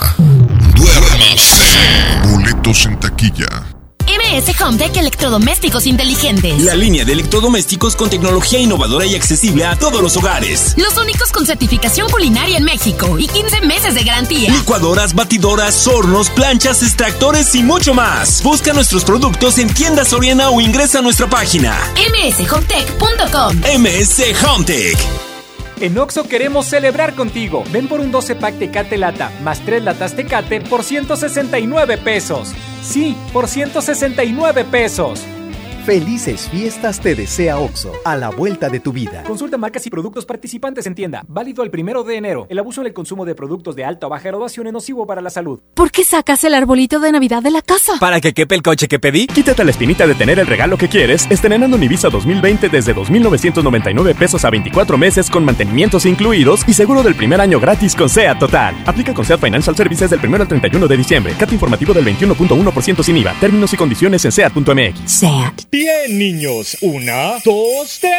Duérmase. Boletos en taquilla. MS Hometech Electrodomésticos Inteligentes. La línea de electrodomésticos con tecnología innovadora y accesible a todos los hogares. Los únicos con certificación culinaria en México y 15 meses de garantía. Licuadoras, batidoras, hornos, planchas, extractores y mucho más. Busca nuestros productos en tiendas Soriana o ingresa a nuestra página mshometech.com. MS Hometech. En Oxxo queremos celebrar contigo. Ven por un 12 pack Tecate Lata más 3 latas Tecate por 169 pesos. Sí, por 169 pesos. Felices fiestas te desea Oxxo, a la vuelta de tu vida. Consulta marcas y productos participantes en tienda. Válido el 1 de enero. El abuso en el consumo de productos de alta o baja graduación es nocivo para la salud. ¿Por qué sacas el arbolito de Navidad de la casa? Para que quepe el coche que pedí. Quítate la espinita de tener el regalo que quieres, estrenando un Ibiza 2020 desde 2,999 pesos a 24 meses con mantenimientos incluidos y seguro del primer año gratis con SEAT Total. Aplica con SEAT Financial Services del 1 al 31 de diciembre. CAT informativo del 21.1% sin IVA. Términos y condiciones en SEAT.mx. SEAT. Bien, niños. 1, 2, 3.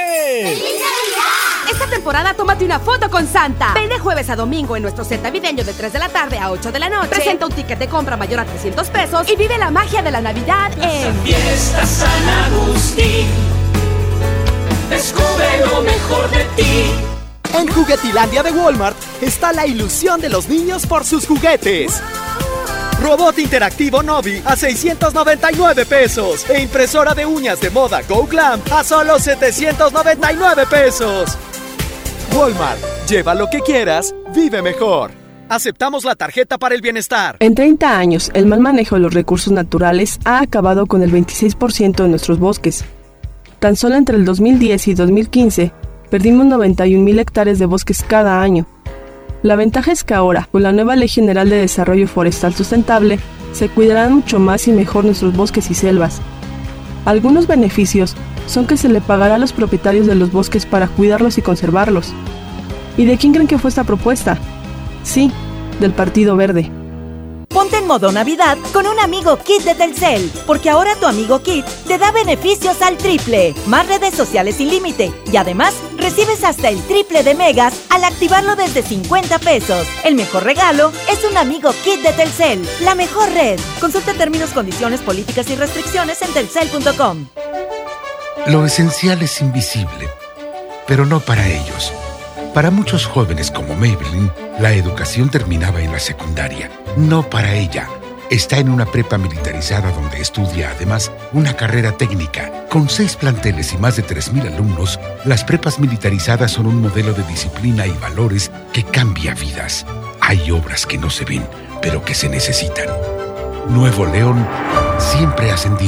Esta temporada tómate una foto con Santa. Ven de jueves a domingo en nuestro set navideño de 3 de la tarde a 8 de la noche. Presenta un ticket de compra mayor a 300 pesos y vive la magia de la Navidad en Fiesta San Agustín. Descubre lo mejor de ti. En Juguetilandia de Walmart está la ilusión de los niños por sus juguetes. Robot interactivo Novi a 699 pesos. E impresora de uñas de moda Go Glam a solo 799 pesos. Walmart, lleva lo que quieras, vive mejor. Aceptamos la tarjeta para el bienestar. En 30 años, el mal manejo de los recursos naturales ha acabado con el 26% de nuestros bosques. Tan solo entre el 2010 y 2015, perdimos 91,000 hectáreas de bosques cada año. La ventaja es que ahora, con la nueva Ley General de Desarrollo Forestal Sustentable, se cuidarán mucho más y mejor nuestros bosques y selvas. Algunos beneficios son que se le pagará a los propietarios de los bosques para cuidarlos y conservarlos. ¿Y de quién creen que fue esta propuesta? Sí, del Partido Verde. Ponte en modo Navidad con un amigo Kit de Telcel, porque ahora tu amigo Kit te da beneficios al triple, más redes sociales sin límite y además recibes hasta el triple de megas al activarlo desde 50 pesos. El mejor regalo es un amigo Kit de Telcel, la mejor red. Consulta términos, condiciones, políticas y restricciones en telcel.com. Lo esencial es invisible, pero no para ellos. Para muchos jóvenes como Maybelline, la educación terminaba en la secundaria. No para ella. Está en una prepa militarizada donde estudia además una carrera técnica. Con 6 planteles y más de 3,000 alumnos, las prepas militarizadas son un modelo de disciplina y valores que cambia vidas. Hay obras que no se ven, pero que se necesitan. Nuevo León, siempre ascendiendo.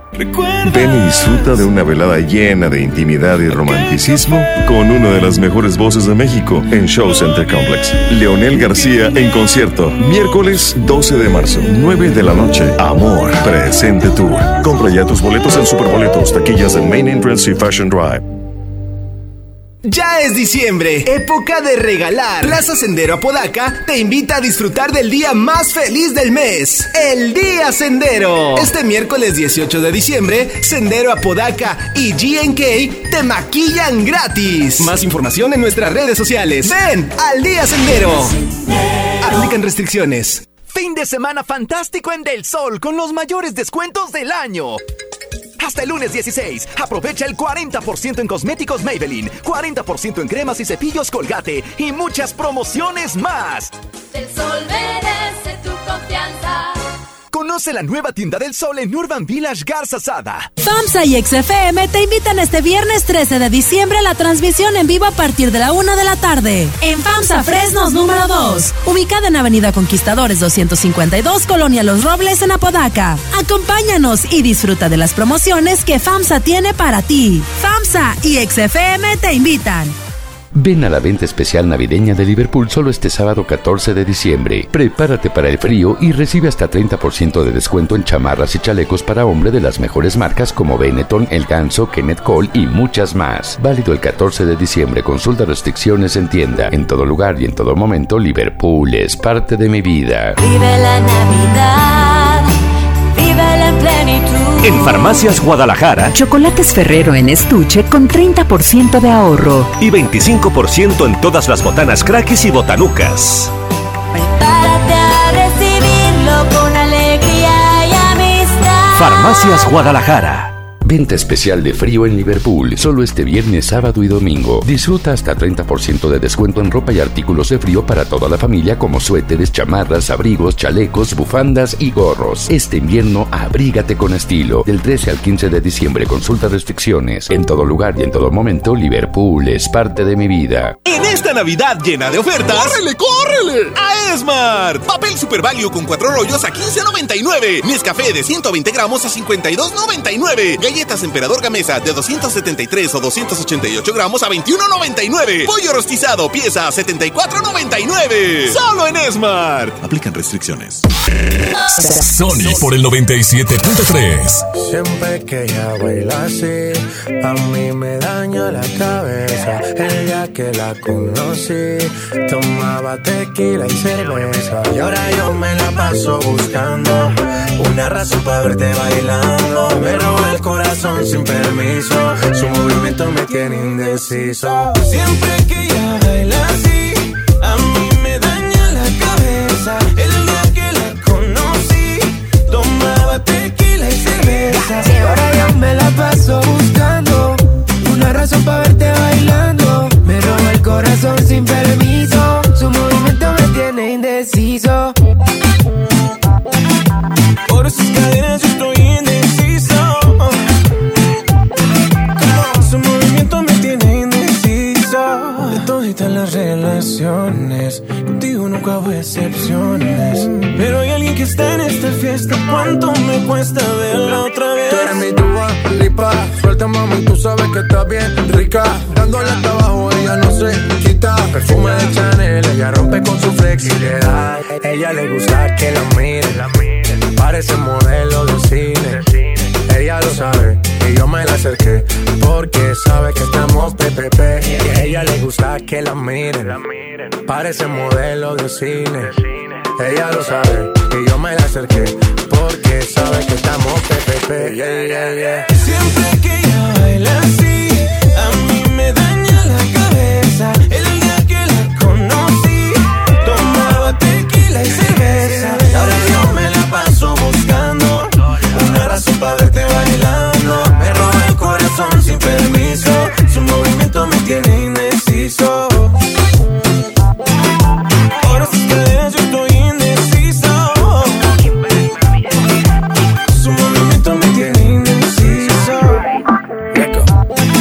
Ven y disfruta de una velada llena de intimidad y romanticismo con una de las mejores voces de México en Show Center Complex. Leonel García en concierto, miércoles 12 de marzo, 9 de la noche. Amor, presente tour. Compra ya tus boletos en Superboletos, taquillas en Main Entrance y Fashion Drive. Ya es diciembre, época de regalar. Plaza Sendero Apodaca te invita a disfrutar del día más feliz del mes, el Día Sendero. Este miércoles 18 de diciembre, Sendero Apodaca y G&K te maquillan gratis. Más información en nuestras redes sociales. Ven al Día Sendero. Aplican restricciones. Fin de semana fantástico en Del Sol con los mayores descuentos del año. Hasta el lunes 16, aprovecha el 40% en cosméticos Maybelline, 40% en cremas y cepillos Colgate y muchas promociones más. Del Sol merece tu confianza. Conoce la nueva tienda del Sol en Urban Village Garzazada. FAMSA y XFM te invitan este viernes 13 de diciembre a la transmisión en vivo a partir de la 1 de la tarde. En FAMSA Fresnos número 2, ubicada en Avenida Conquistadores 252, Colonia Los Robles, en Apodaca. Acompáñanos y disfruta de las promociones que FAMSA tiene para ti. FAMSA y XFM te invitan. Ven a la venta especial navideña de Liverpool solo este sábado 14 de diciembre. Prepárate para el frío y recibe hasta 30% de descuento en chamarras y chalecos para hombre de las mejores marcas como Benetton, El Ganso, Kenneth Cole y muchas más. Válido el 14 de diciembre. Consulta restricciones en tienda. En todo lugar y en todo momento, Liverpool es parte de mi vida. Vive la Navidad, vívela en plenitud. En Farmacias Guadalajara, Chocolates Ferrero en estuche con 30% de ahorro. Y 25% en todas las botanas Crackis y Botanucas. Prepárate a recibirlo con alegría y amistad. Farmacias Guadalajara. Venta especial de frío en Liverpool, solo este viernes, sábado y domingo. Disfruta hasta 30% de descuento en ropa y artículos de frío para toda la familia como suéteres, chamarras, abrigos, chalecos, bufandas y gorros. Este invierno, abrígate con estilo. Del 13 al 15 de diciembre, consulta restricciones. En todo lugar y en todo momento, Liverpool es parte de mi vida. En esta Navidad llena de ofertas, ¡córrele, córrele! A Esmart. Papel Super Value con 4 rollos a $15.99. Nescafé de 120 gramos a $52.99. Galletas Emperador Gamesa de 273 o 288 gramos a $21.99. Pollo rostizado pieza a $74.99. Solo en Esmart. Aplican restricciones. Sony por el 97.3. Siempre que ella baila así, a mí me daña la cabeza. El día que la conocí, tomaba tequila y cerveza. Y ahora yo me la paso buscando una razón para verte bailando. Me roba el corazón sin permiso, su movimiento me tiene indeciso. Siempre que ella baila así, a mí me daña la cabeza. El día que la conocí, tomaba tequila y cerveza. Y ahora yo me la paso buscando una razón para verte bailando. Me roba el corazón sin permiso, su movimiento me tiene indeciso. Por sus cadenas yo estoy indeciso. Su movimiento me tiene indeciso. De toditas las relaciones, contigo nunca hubo excepciones. Pero hay alguien que está en esta fiesta. ¿Cuánto me cuesta verla otra vez? Tú eres mi Dua Lipa. Suelta, mami, tú sabes que está bien rica. Dándole hasta abajo, ella no se quita. Perfume de Chanel, ella rompe con su flexibilidad. Ella le gusta que la miren. Parece modelo de cine. Ella lo sabe y yo me la acerqué porque sabe que estamos PPP. Y a ella le gusta que la miren. Parece modelo de cine. Ella lo sabe y yo me la acerqué porque sabe que estamos PPP. Yeah, yeah, yeah. Siempre que ella baila así, a mí me daña la cabeza. El día que la conocí, tomaba tequila y cerveza. Ahora yo me la paso buscando una razón para verte bailando. Me roba el corazón sin permiso, su movimiento me tiene indeciso. Ahora sus cadenas yo estoy indeciso. Su movimiento me tiene indeciso.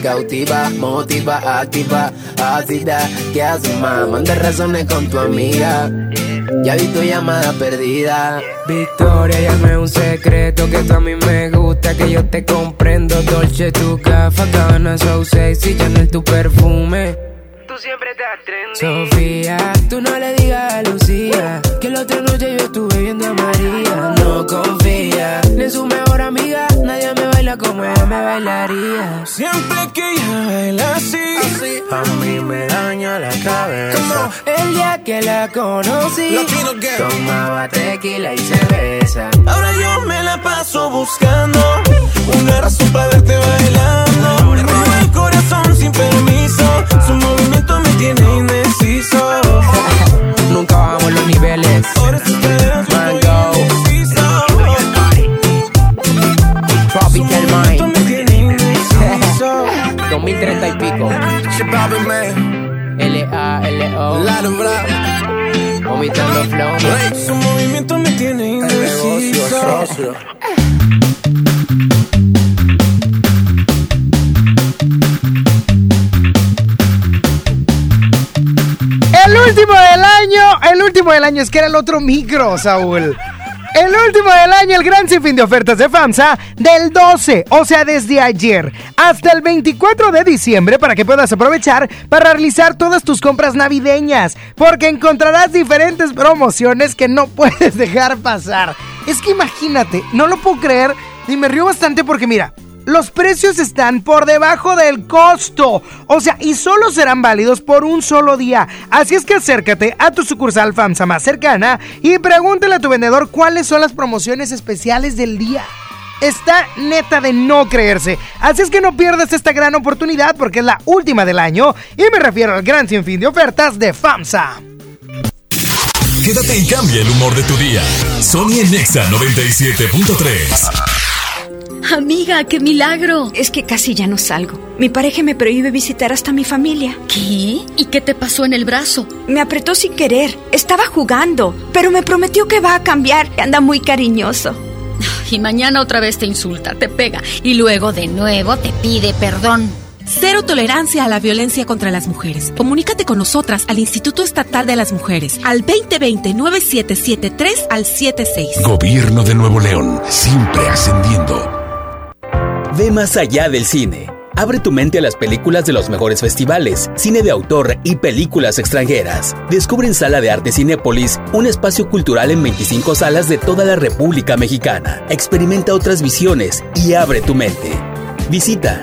cautiva, motiva, activa, ácida. ¿Qué haces, más? Manda razones con tu amiga. Ya vi tu llamada perdida. Victoria, ya no es un secreto que tú a mí me gusta, que yo te comprendo. Dolce, tu café, Gabbana, so sexy, Chanel, tu perfume. Tú siempre estás trendy. Sofía, tú no le digas a Lucía que la otra noche yo estuve viendo a María. No confía ni en su mejor amiga, nadie me baila como ella me bailaría. Siempre que ella baila así, a mí me daña la cabeza. El día que la conocí, tomaba tequila y cerveza. Ahora yo me la paso buscando una razón para verte bailando. Me roba el corazón sin permiso, su movimiento me tiene indeciso. Nunca bajamos los niveles. Mango, Tropical Mind, 2030 y pico. L.A.L.O. Vomitando flow. Su movimiento me tiene indeciso. El último del año, es que era el otro micro, Saúl. El último del año, el gran sinfín de ofertas de FAMSA, del 12, o sea, desde ayer, hasta el 24 de diciembre, para que puedas aprovechar para realizar todas tus compras navideñas, porque encontrarás diferentes promociones que no puedes dejar pasar. Es que imagínate, no lo puedo creer, y me río bastante porque mira, los precios están por debajo del costo. O sea, y solo serán válidos por un solo día. Así es que acércate a tu sucursal FAMSA más cercana y pregúntale a tu vendedor cuáles son las promociones especiales del día. Está neta de no creerse. Así es que no pierdas esta gran oportunidad porque es la última del año. Y me refiero al gran sinfín de ofertas de FAMSA. Quédate y cambia el humor de tu día. Sony en Nexa 97.3. Amiga, ¡qué milagro! Es que casi ya no salgo. Mi pareja me prohíbe visitar hasta mi familia. ¿Qué? ¿Y qué te pasó en el brazo? Me apretó sin querer. Estaba jugando, pero me prometió que va a cambiar. Anda muy cariñoso. Y mañana otra vez te insulta, te pega y luego de nuevo te pide perdón. Cero tolerancia a la violencia contra las mujeres. Comunícate con nosotras al Instituto Estatal de las Mujeres al 2020-9773 al 76. Gobierno de Nuevo León, siempre ascendiendo. Ve más allá del cine. Abre tu mente a las películas de los mejores festivales, cine de autor y películas extranjeras. Descubre en Sala de Arte Cinépolis un espacio cultural en 25 salas de toda la República Mexicana. Experimenta otras visiones y abre tu mente. Visita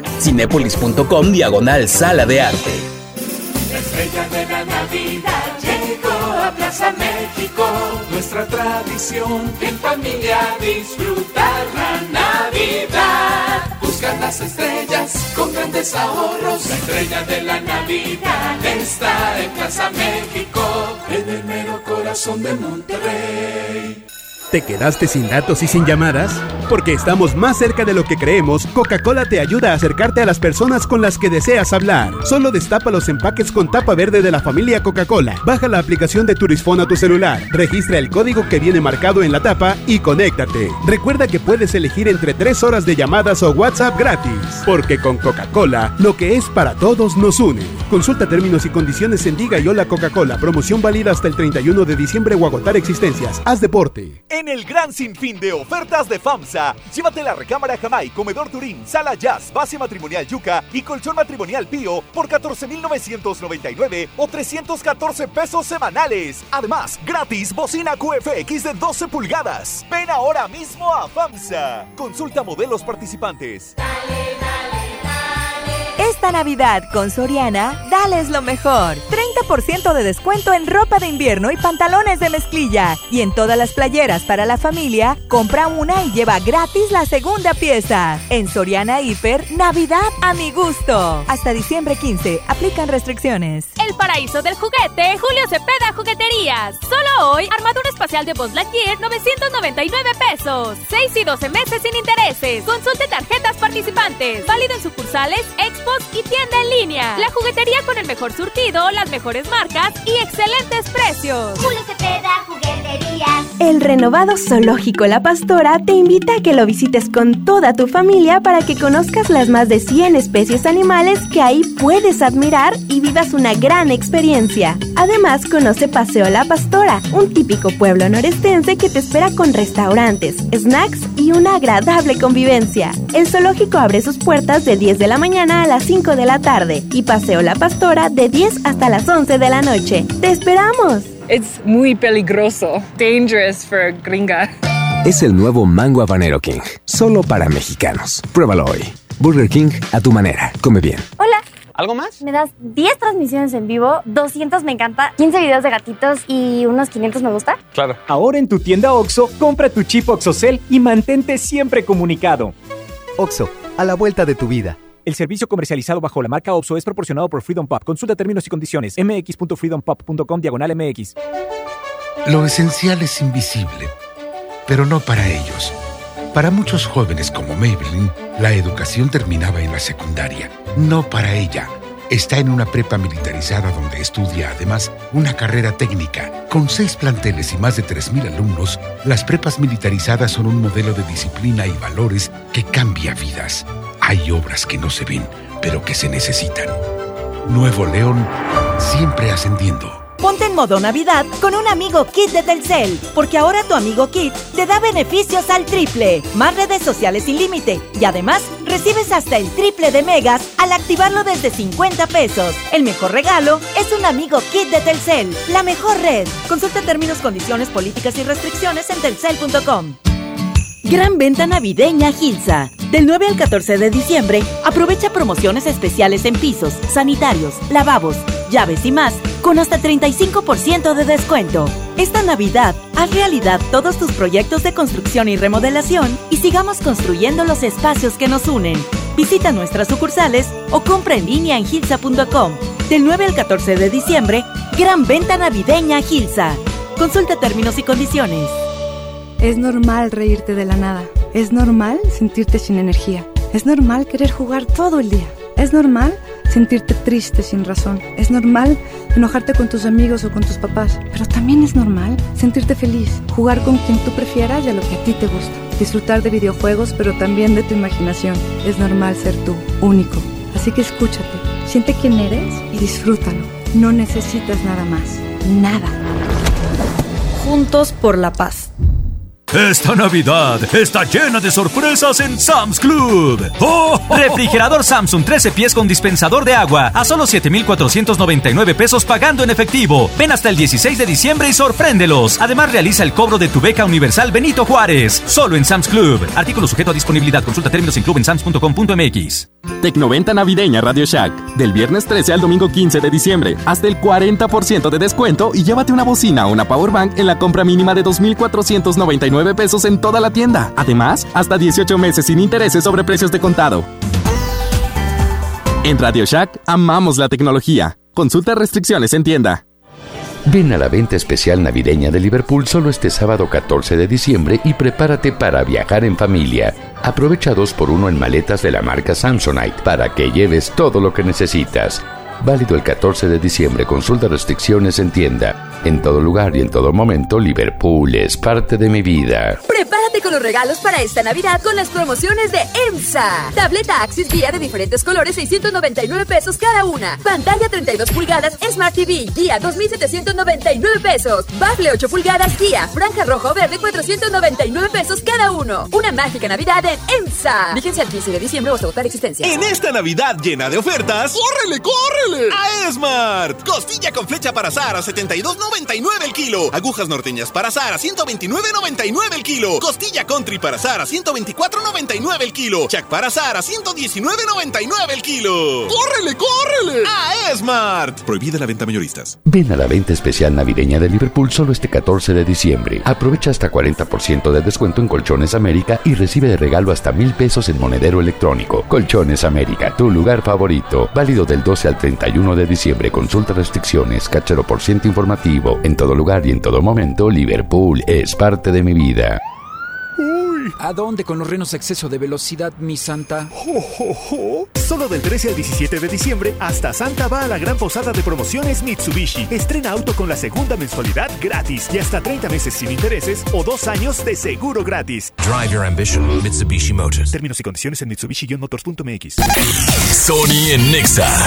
cinépolis.com/Sala de Arte. La estrella de la Navidad llegó a Plaza México. Nuestra tradición en familia disfrutar la Navidad. Buscan las estrellas con grandes ahorros. La estrella de la Navidad está en Plaza México, en el mero corazón de Monterrey. ¿Te quedaste sin datos y sin llamadas? Porque estamos más cerca de lo que creemos, Coca-Cola te ayuda a acercarte a las personas con las que deseas hablar. Solo destapa los empaques con tapa verde de la familia Coca-Cola. Baja la aplicación de Turisfón a tu celular, registra el código que viene marcado en la tapa y conéctate. Recuerda que puedes elegir entre 3 horas de llamadas o WhatsApp gratis. Porque con Coca-Cola, lo que es para todos nos une. Consulta términos y condiciones en Diga y Hola Coca-Cola. Promoción válida hasta el 31 de diciembre o agotar existencias. Haz deporte. En el gran sinfín de ofertas de FAMSA, llévate la recámara Jamai, comedor Turín, sala Jazz, base matrimonial Yuca y colchón matrimonial Pío por $14,999 o 314 pesos semanales. Además, gratis bocina QFX de 12 pulgadas. Ven ahora mismo a FAMSA. Consulta modelos participantes. Esta Navidad con Soriana, dales lo mejor. 30% de descuento en ropa de invierno y pantalones de mezclilla. Y en todas las playeras para la familia, compra una y lleva gratis la segunda pieza. En Soriana Hiper, Navidad a mi gusto. Hasta diciembre 15, aplican restricciones. El paraíso del juguete, Julio Cepeda Jugueterías. Solo hoy, armadura espacial de Buzz Lightyear, 999 pesos. 6 y 12 meses sin intereses. Consulte tarjetas participantes. Válido en sucursales, expos y tienda en línea. La juguetería con el mejor surtido, las mejores marcas y excelentes precios. Julio Cepeda, Juguetería. El renovado Zoológico La Pastora te invita a que lo visites con toda tu familia para que conozcas las más de 100 especies animales que ahí puedes admirar y vivas una gran experiencia. Además, conoce Paseo La Pastora, un típico pueblo norestense que te espera con restaurantes, snacks y una agradable convivencia. El zoológico abre sus puertas de 10 de la mañana a las 5 de la tarde y Paseo La Pastora de 10 hasta las 11 de la noche. ¡Te esperamos! Es muy peligroso. Dangerous for gringa. Es el nuevo Mango Habanero King, solo para mexicanos. Pruébalo hoy. Burger King a tu manera. Come bien. Hola. ¿Algo más? Me das 10 transmisiones en vivo, 200 me encanta, 15 videos de gatitos y unos 500 me gusta. Claro. Ahora en tu tienda OXXO, compra tu chip OXXOCEL y mantente siempre comunicado. OXXO, a la vuelta de tu vida. El servicio comercializado bajo la marca OXXO es proporcionado por Freedom Pop. Consulta términos y condiciones. mx.freedompop.com/MX. Lo esencial es invisible, pero no para ellos. Para muchos jóvenes como Maybelline, la educación terminaba en la secundaria. No para ella. Está en una prepa militarizada donde estudia además una carrera técnica. Con 6 planteles y más de 3,000 alumnos, las prepas militarizadas son un modelo de disciplina y valores que cambia vidas. Hay obras que no se ven, pero que se necesitan. Nuevo León, siempre ascendiendo. Ponte en modo Navidad con un amigo Kit de Telcel, porque ahora tu amigo Kit te da beneficios al triple, más redes sociales sin límite y además recibes hasta el triple de megas al activarlo desde 50 pesos. El mejor regalo es un amigo Kit de Telcel, la mejor red. Consulta términos, condiciones, políticas y restricciones en telcel.com. Gran venta navideña Gilsa. Del 9 al 14 de diciembre, aprovecha promociones especiales en pisos, sanitarios, lavabos, llaves y más, con hasta 35% de descuento. Esta Navidad, haz realidad todos tus proyectos de construcción y remodelación y sigamos construyendo los espacios que nos unen. Visita nuestras sucursales o compra en línea en gilsa.com. Del 9 al 14 de diciembre, gran venta navideña Gilsa. Consulta términos y condiciones. Es normal reírte de la nada. Es normal sentirte sin energía. Es normal querer jugar todo el día. Es normal sentirte triste sin razón. Es normal enojarte con tus amigos o con tus papás. Pero también es normal sentirte feliz, jugar con quien tú prefieras y a lo que a ti te gusta. Disfrutar de videojuegos, pero también de tu imaginación. Es normal ser tú, único. Así que escúchate, siente quién eres y disfrútalo. No necesitas nada más. Nada. Juntos por la paz. Esta Navidad está llena de sorpresas en Sam's Club. ¡Oh! Refrigerador Samsung 13 pies con dispensador de agua a solo 7,499 pesos pagando en efectivo. Ven hasta el 16 de diciembre y sorpréndelos. Además, realiza el cobro de tu beca universal Benito Juárez. Solo en Sam's Club. Artículo sujeto a disponibilidad. Consulta términos en club en sams.com.mx. Tecnoventa navideña Radio Shack. Del viernes 13 al domingo 15 de diciembre. Hasta el 40% de descuento y llévate una bocina o una powerbank en la compra mínima de 2,499 pesos en toda la tienda. Además, hasta 18 meses sin intereses sobre precios de contado. En Radio Shack amamos la tecnología. Consulta restricciones en tienda. Ven a la venta especial navideña de Liverpool solo este sábado 14 de diciembre y prepárate para viajar en familia. Aprovecha 2x1 en maletas de la marca Samsonite para que lleves todo lo que necesitas. Válido el 14 de diciembre. Consulta restricciones en tienda. En todo lugar y en todo momento, Liverpool es parte de mi vida. Prepárate con los regalos para esta Navidad con las promociones de EMSA. Tableta Axis Guía de diferentes colores, 699 pesos cada una. Pantalla 32 pulgadas Smart TV, Guía, 2,799 pesos. Bafle 8 pulgadas, Guía, franja rojo o verde, 499 pesos cada uno. Una mágica Navidad en EMSA. Vigencia al 15 de diciembre o hasta agotar existencia. En esta Navidad llena de ofertas, ¡córrele, córrele! A Esmart. Costilla con flecha para asar a $72.99 el kilo. Agujas norteñas para asar a $129.99 el kilo. Costilla Natilla Country para Azar a $124.99 el kilo. Jack para Azar a $119.99 el kilo. ¡Córrele, córrele! A Esmart. Prohibida la venta mayoristas. Ven a la venta especial navideña de Liverpool solo este 14 de diciembre. Aprovecha hasta 40% de descuento en Colchones América y recibe de regalo hasta $1,000 en monedero electrónico. Colchones América, tu lugar favorito. Válido del 12 al 31 de diciembre. Consulta restricciones, cáchalo por ciento informativo. En todo lugar y en todo momento, Liverpool es parte de mi vida. ¿A dónde con los renos a exceso de velocidad, mi Santa? Solo del 13 al 17 de diciembre, hasta Santa va a la gran posada de promociones Mitsubishi. Estrena auto con la segunda mensualidad gratis y hasta 30 meses sin intereses o 2 años de seguro gratis. Drive your ambition, Mitsubishi Motors. Términos y condiciones en Mitsubishi-motors.mx. Sony en Nexa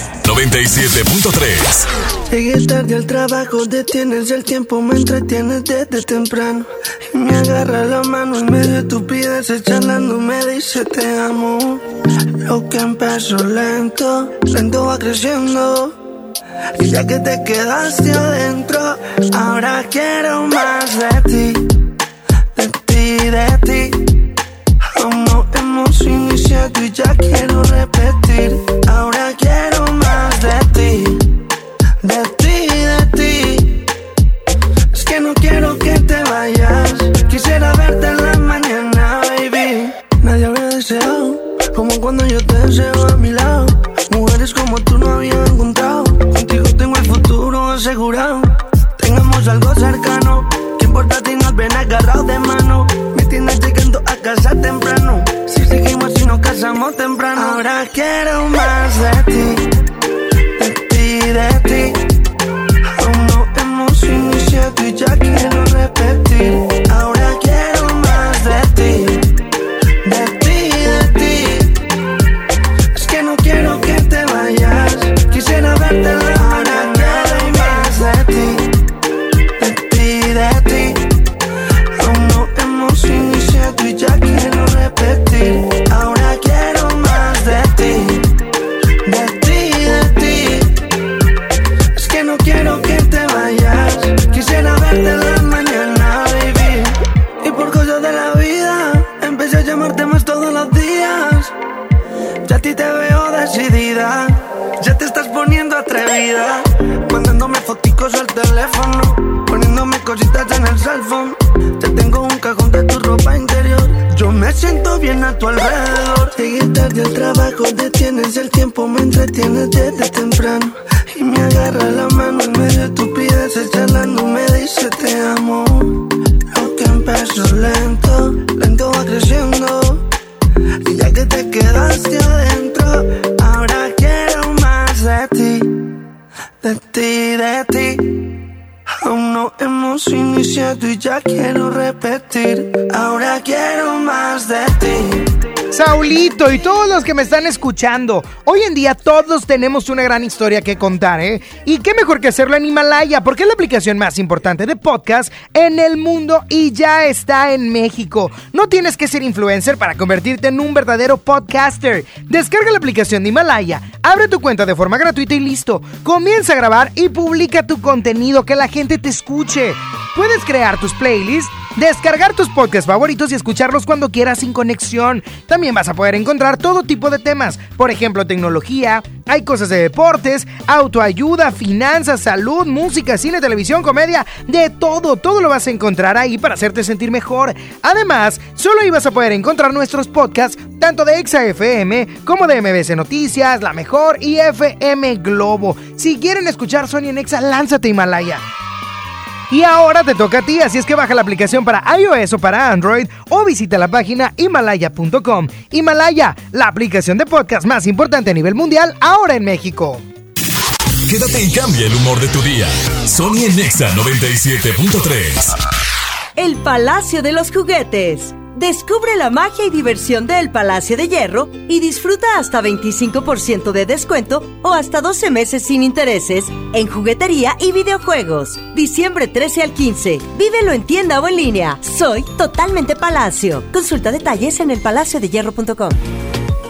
97.3. Llegué tarde al trabajo, detienes el tiempo, me entretienes desde temprano. Y me agarra la mano en medio de estupideces, charlando me dice te amo. Lo que empezó lento, lento va creciendo. Y ya que te quedaste adentro, ahora quiero más de ti, de ti, de ti. Aún no hemos iniciado y ya quiero repetir. Ahora quiero más de ti, de ti, de ti. Es que no quiero que te vayas, quisiera verte en la mañana, baby. Nadie habría deseado como cuando yo te deseo a mi lado. Mujeres como tú no había encontrado. Contigo tengo el futuro asegurado. Tengamos algo cercano, ¿qué importa si nos ven agarrados de mano? Me tienes llegando a casa temprano. Si seguimos y nos casamos temprano. Ahora quiero más de ti, de ti, de ti. Aún no hemos iniciado y ya quiero repetir. Ahora quiero más de ti, de ti, de ti. Es que no quiero que te vayas, quisiera verte en la hora. Quiero más de ti, de ti, de ti. Aún no hemos iniciado y ya quiero repetir. Ahora quiero más de ti, de ti, de ti. Es que no quiero que te vayas, quisiera verte en la mañana, baby. Y por cosas de la vida, empecé a llamarte más todos los días. Ya a ti te veo decidida, ya te estás poniendo atrevida. Mandándome foticos al teléfono, poniéndome cositas en el cell phone. Ya tengo un cajón de tu ropa interior, yo me siento bien a tu alrededor. Llegué tarde al trabajo, detienes el tiempo, me entretienes desde temprano. Y me agarra la mano en medio de estupideces, charlando me dice te amo. Lo que empezó lento, lento va creciendo. Y ya que te quedaste adentro, ahora quiero más de ti, de ti, de ti. Aún no hemos iniciado y ya quiero repetir. Ahora quiero más de ti. Saulito y todos los que me están escuchando, hoy en día todos tenemos una gran historia que contar, ¿eh? Y qué mejor que hacerlo en Himalaya, porque es la aplicación más importante de podcast en el mundo y ya está en México. No tienes que ser influencer para convertirte en un verdadero podcaster. Descarga la aplicación de Himalaya, abre tu cuenta de forma gratuita y listo. Comienza a grabar y publica tu contenido, que la gente te escuche. Puedes crear tus playlists, descargar tus podcasts favoritos y escucharlos cuando quieras sin conexión. También vas a poder encontrar todo tipo de temas, por ejemplo, tecnología, hay cosas de deportes, autoayuda, finanzas, salud, música, cine, televisión, comedia, de todo, todo lo vas a encontrar ahí para hacerte sentir mejor. Además, solo ahí vas a poder encontrar nuestros podcasts, tanto de Exa FM como de MBC Noticias, La Mejor y FM Globo. Si quieren escuchar Sony en Exa, lánzate a Himalaya. Y ahora te toca a ti, así es que baja la aplicación para iOS o para Android o visita la página himalaya.com. Himalaya, la aplicación de podcast más importante a nivel mundial, ahora en México. Quédate y cambia el humor de tu día. Sony en Nexa 97.3. El Palacio de los Juguetes. Descubre la magia y diversión del Palacio de Hierro y disfruta hasta 25% de descuento o hasta 12 meses sin intereses en juguetería y videojuegos. Diciembre 13 al 15. Vívelo en tienda o en línea. Soy totalmente Palacio. Consulta detalles en elpalaciodehierro.com.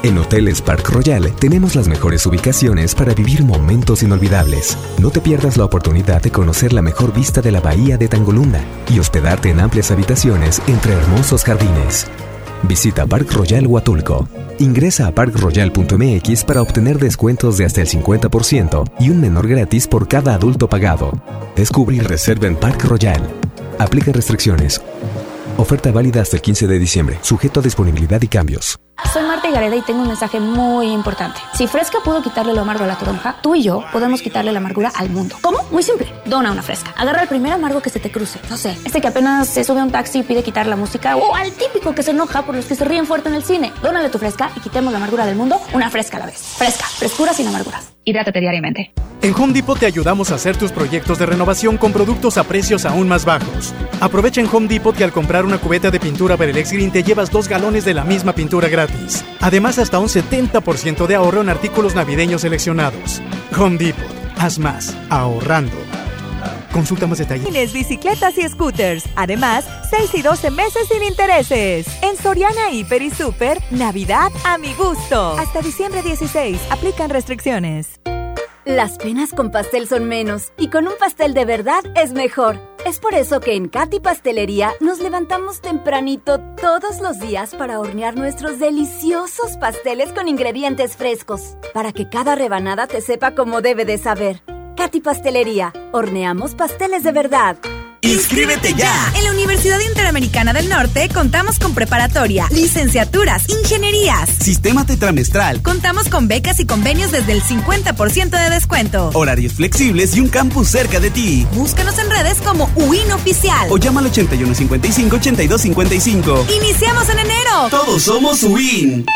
En Hoteles Park Royal tenemos las mejores ubicaciones para vivir momentos inolvidables. No te pierdas la oportunidad de conocer la mejor vista de la bahía de Tangolunda y hospedarte en amplias habitaciones entre hermosos jardines. Visita Park Royal Huatulco. Ingresa a parkroyal.mx para obtener descuentos de hasta el 50% y un menor gratis por cada adulto pagado. Descubre y reserva en Park Royal. Aplica restricciones. Oferta válida hasta el 15 de diciembre, sujeto a disponibilidad y cambios. Soy Marta Gareda y tengo un mensaje muy importante. Si Fresca pudo quitarle lo amargo a la toronja, tú y yo podemos quitarle la amargura al mundo. ¿Cómo? Muy simple. Dona una Fresca. Agarra el primer amargo que se te cruce. No sé, que apenas se sube a un taxi y pide quitar la música, o al típico que se enoja por los que se ríen fuerte en el cine. Dónale tu Fresca y quitemos la amargura del mundo una Fresca a la vez. Fresca. Frescura sin amarguras. Hidrátate diariamente. En Home Depot te ayudamos a hacer tus proyectos de renovación con productos a precios aún más bajos. Aprovecha en Home Depot que al comprar una cubeta de pintura Berelex Green te llevas 2 galones de la misma pintura gratis. Además, hasta un 70% de ahorro en artículos navideños seleccionados. Home Depot. Haz más. Ahorrando. Consulta más detalles. Bicicletas y scooters. Además, 6 y 12 meses sin intereses. En Soriana Hiper y Super, Navidad a mi gusto. Hasta diciembre 16. Aplican restricciones. Las penas con pastel son menos y con un pastel de verdad es mejor. Es por eso que en Katy Pastelería nos levantamos tempranito todos los días para hornear nuestros deliciosos pasteles con ingredientes frescos, para que cada rebanada te sepa como debe de saber. Katy Pastelería, horneamos pasteles de verdad. ¡Inscríbete ya! En la Universidad Interamericana del Norte contamos con preparatoria, licenciaturas, ingenierías, sistema tetramestral. Contamos con becas y convenios desde el 50% de descuento. Horarios flexibles y un campus cerca de ti. Búscanos en redes como UIN Oficial. O llama al 8155-8255. ¡Iniciamos en enero! ¡Todos somos UIN!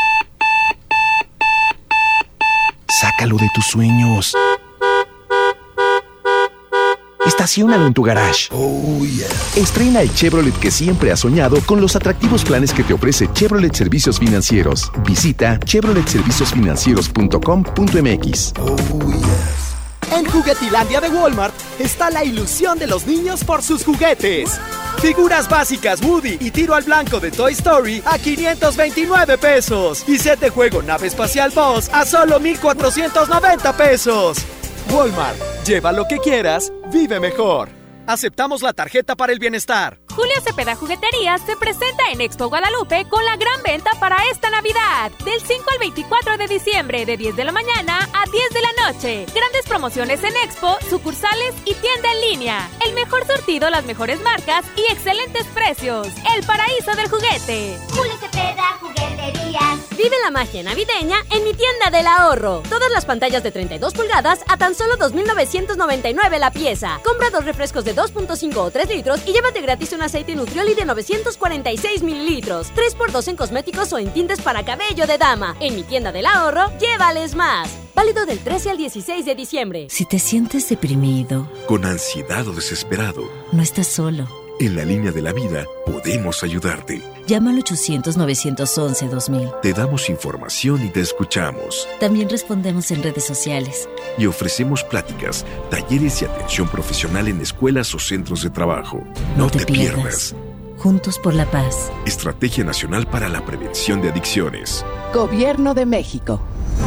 Sácalo de tus sueños. Estaciónalo en tu garage. Oh, yeah. Estrena el Chevrolet que siempre has soñado con los atractivos planes que te ofrece Chevrolet Servicios Financieros. Visita chevroletserviciosfinancieros.com.mx. Oh, yes. En Juguetilandia de Walmart está la ilusión de los niños por sus juguetes. Figuras básicas Woody y tiro al blanco de Toy Story a 529 pesos. Y set de juego nave espacial Buzz a solo 1,490 pesos. Walmart, lleva lo que quieras, vive mejor. Aceptamos la tarjeta para el bienestar. Julio Cepeda Jugueterías se presenta en Expo Guadalupe con la gran venta para esta Navidad. Del 5 al 24 de diciembre, de 10 de la mañana a 10 de la noche. Grandes promociones en Expo, sucursales y tienda en línea. El mejor surtido, las mejores marcas y excelentes precios. El paraíso del juguete. Julio Cepeda Jugueterías. Vive la magia navideña en mi tienda del ahorro. Todas las pantallas de 32 pulgadas a tan solo 2,999 la pieza. Compra 2 refrescos de 2.5 o 3 litros y llévate gratis un aceite Nutrioli de 946 mililitros. 3x2 en cosméticos o en tintes para cabello de dama. En mi tienda del ahorro, llévales más. Válido del 13 al 16 de diciembre. Si te sientes deprimido, con ansiedad o desesperado, no estás solo. En la línea de la vida podemos ayudarte. Llama al 800-911-2000. Te damos información y te escuchamos. También respondemos en redes sociales. Y ofrecemos pláticas, talleres y atención profesional en escuelas o centros de trabajo. No te pierdas. Juntos por la paz. Estrategia Nacional para la Prevención de Adicciones. Gobierno de México.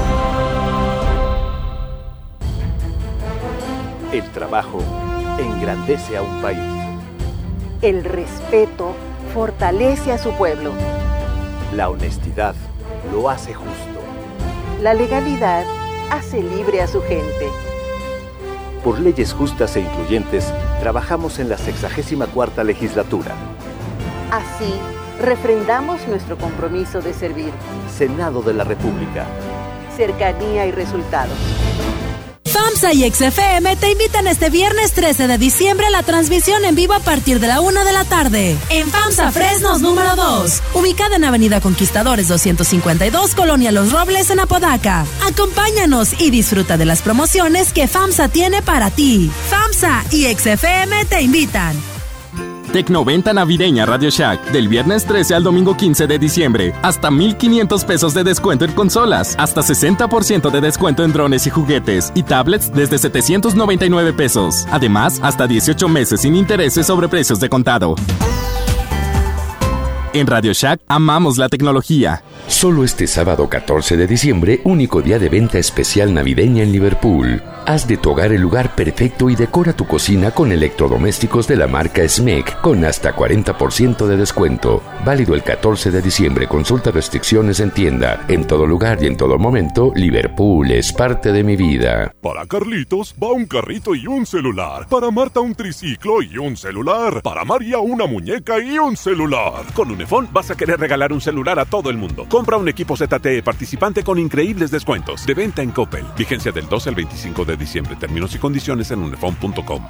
El trabajo engrandece a un país. El respeto fortalece a su pueblo. La honestidad lo hace justo. La legalidad hace libre a su gente. Por leyes justas e incluyentes, trabajamos en la 64ª legislatura. Así, refrendamos nuestro compromiso de servir. Senado de la República. Cercanía y resultados. FAMSA y XFM te invitan este viernes 13 de diciembre a la transmisión en vivo a partir de la 1 de la tarde. En FAMSA Fresnos número 2, ubicada en Avenida Conquistadores 252, Colonia Los Robles, en Apodaca. Acompáñanos y disfruta de las promociones que FAMSA tiene para ti. FAMSA y XFM te invitan. Tecnoventa navideña Radio Shack, del viernes 13 al domingo 15 de diciembre. Hasta 1,500 pesos de descuento en consolas, hasta 60% de descuento en drones y juguetes y tablets desde 799 pesos. Además, hasta 18 meses sin intereses sobre precios de contado. En Radio Shack amamos la tecnología. Solo este sábado 14 de diciembre, único día de venta especial navideña en Liverpool. Haz de tu hogar el lugar perfecto y decora tu cocina con electrodomésticos de la marca SMEC con hasta 40% de descuento. Válido el 14 de diciembre. Consulta restricciones en tienda. En todo lugar y en todo momento, Liverpool es parte de mi vida. Para Carlitos va un carrito y un celular. Para Marta un triciclo y un celular. Para María una muñeca y un celular. Con Unifón vas a querer regalar un celular a todo el mundo. Compra un equipo ZTE participante con increíbles descuentos. De venta en Coppel. Vigencia del 12 al 25 de diciembre. Términos y condiciones en unifón.com.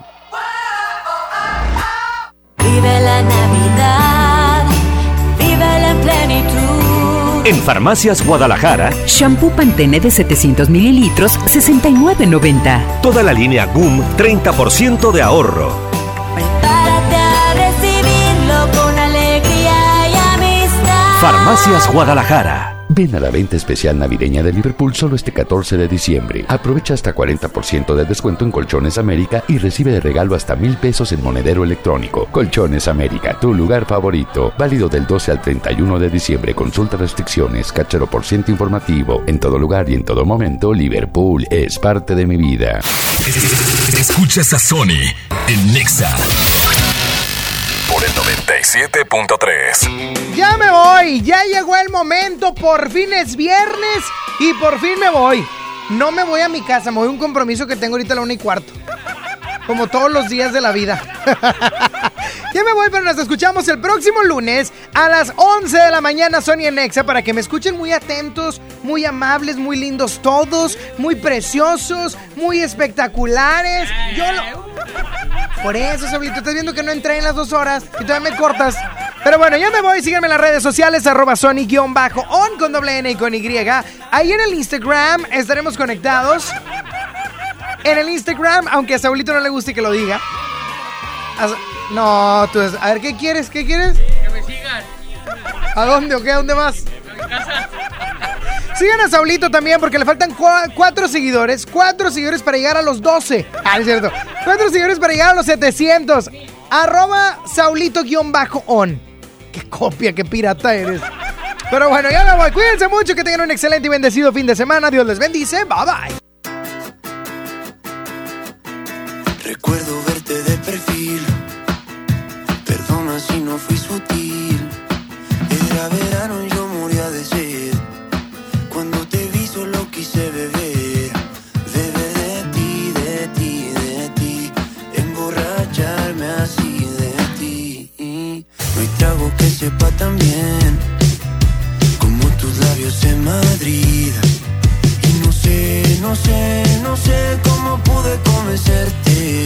Vive la Navidad. Vive en plenitud. En Farmacias Guadalajara, shampoo Pantene de 700 mililitros, $69.90. Toda la línea GUM, 30% de ahorro. Prepárate a recibirlo con alegría y amistad. Farmacias Guadalajara. Ven a la venta especial navideña de Liverpool solo este 14 de diciembre. Aprovecha hasta 40% de descuento en Colchones América y recibe de regalo hasta $1,000 en monedero electrónico. Colchones América, tu lugar favorito. Válido del 12 al 31 de diciembre. Consulta restricciones, cáchero por ciento informativo. En todo lugar y en todo momento, Liverpool es parte de mi vida. Escuchas a Sony en Nexa por el 97.3. Ya me voy, ya llegó el momento, por fin es viernes y por fin me voy. No me voy a mi casa, me voy a un compromiso que tengo ahorita a la 1:15. Como todos los días de la vida. Ya me voy, pero nos escuchamos el próximo lunes a las 11 de la mañana, Sony en Nexa, para que me escuchen muy atentos, muy amables, muy lindos todos, muy preciosos, muy espectaculares. Por eso, Sablito, estás viendo que no entré en las 2 horas y todavía me cortas. Pero bueno, ya me voy, síganme en las redes sociales, @Sony_on con doble N y con Y. Ahí en el Instagram estaremos conectados. En el Instagram, aunque a Saulito no le guste que lo diga. No, tú, a ver, ¿qué quieres? ¿Qué quieres? Que me sigan. ¿A dónde o qué? ¿A dónde vas? A mi casa. Sigan a Saulito también porque le faltan 4 seguidores. 4 seguidores para llegar a los 12. Ah, es cierto. 4 seguidores para llegar a los 700. @Saulito_on. Qué copia, qué pirata eres. Pero bueno, ya me voy. Cuídense mucho, que tengan un excelente y bendecido fin de semana. Dios les bendice. Bye bye. Recuerdo verte de perfil. Perdona si no fui sutil. Era verano y yo moría de sed. Cuando te vi solo quise beber. Beber de ti, de ti, de ti. Emborracharme así de ti. No hay trago que sepa tan bien como tus labios en Madrid. Y no sé, no sé, no sé cómo pude convencerte.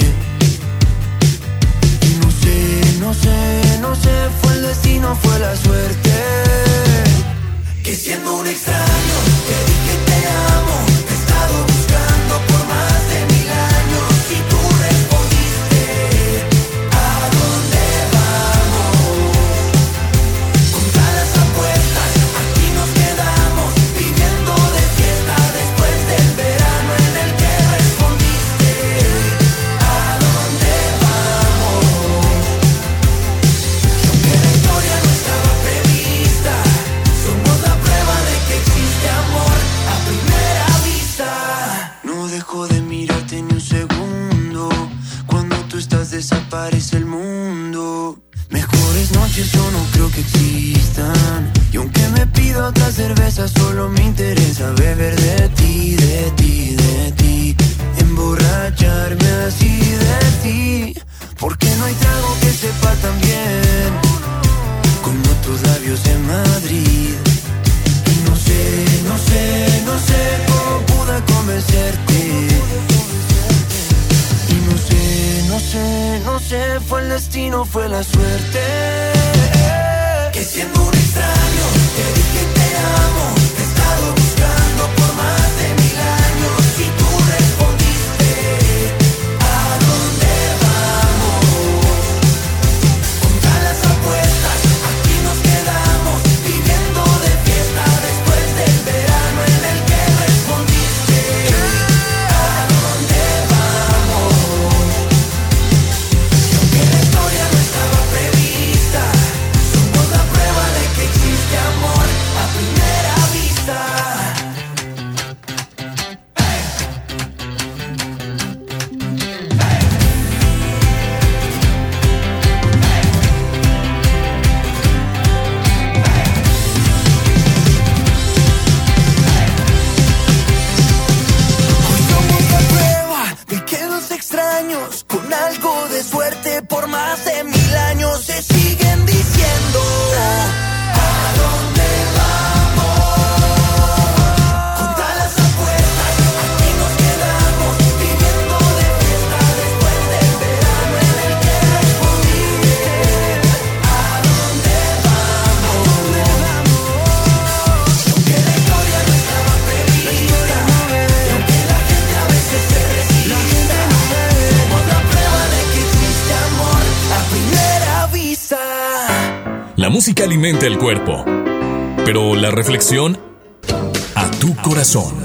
Y no sé, no sé, no sé, fue el destino, fue la suerte. Que siendo un extraño te dije te amo. Te he estado buscando por más de 1000 años y tú respondiste. ¿A dónde vamos? Contra las apuestas, aquí nos quedamos viviendo de fiesta después del verano en el que respondiste. ¿A dónde vamos? Y aunque la historia no estaba prevista, somos la prueba de que existe amor a primera vista. No dejo de mirarte ni un segundo. Cuando tú estás desaparece el mundo. Mejores noches yo no creo que existan. Y aunque me pido otra cerveza, solo me interesa beber de ti, de ti, de ti. Emborracharme así de ti. Porque no hay trago que sepa tan bien como tus labios en Madrid. Y no sé, no sé, no sé cómo pude convencerte. Y no sé, no sé, no sé, fue el destino, fue la suerte. Que siendo un extraño te dije te amo. Te he estado buscando por más de 1000 años y tú respondiste. ¿A dónde vamos? Contra las apuestas, aquí nos quedamos viviendo de fiesta después del verano en el que respondiste. ¿A dónde vamos? Y aunque la historia no estaba prevista, música alimenta el cuerpo, pero la reflexión a tu corazón.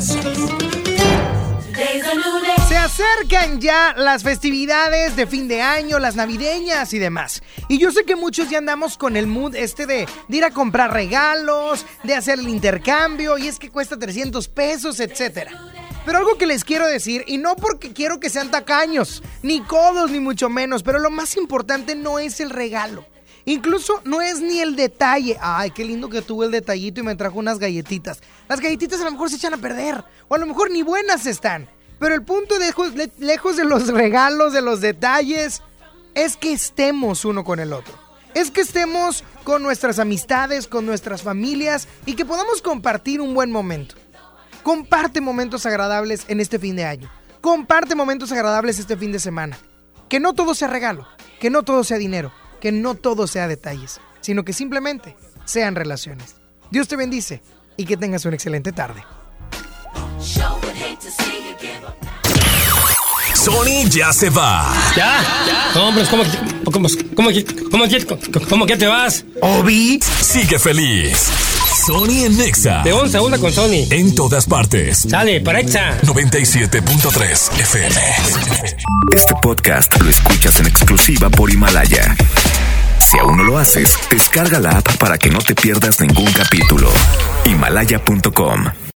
Se acercan ya las festividades de fin de año, las navideñas y demás. Y yo sé que muchos ya andamos con el mood de ir a comprar regalos, de hacer el intercambio, y es que cuesta 300 pesos, etcétera. Pero algo que les quiero decir, y no porque quiero que sean tacaños, ni codos, ni mucho menos, pero lo más importante no es el regalo. Incluso no es ni el detalle. Ay, qué lindo que tuvo el detallito y me trajo unas galletitas. Las galletitas a lo mejor se echan a perder, o a lo mejor ni buenas están. Pero el punto lejos de los regalos, de los detalles, es que estemos uno con el otro. Es que estemos con nuestras amistades, con nuestras familias y que podamos compartir un buen momento. Comparte momentos agradables en este fin de año. Comparte momentos agradables este fin de semana. Que no todo sea regalo, que no todo sea dinero, que no todo sea detalles, sino que simplemente sean relaciones. Dios te bendice y que tengas una excelente tarde. Sony ya se va. ¿Ya? Hombre, ¿cómo que te vas? Obi sigue feliz. Sony en Nexa. De 11 a 1 con Sony. En todas partes. Sale, para Exa. 97.3 FM. Este podcast lo escuchas en exclusiva por Himalaya. Si aún no lo haces, descarga la app para que no te pierdas ningún capítulo. Himalaya.com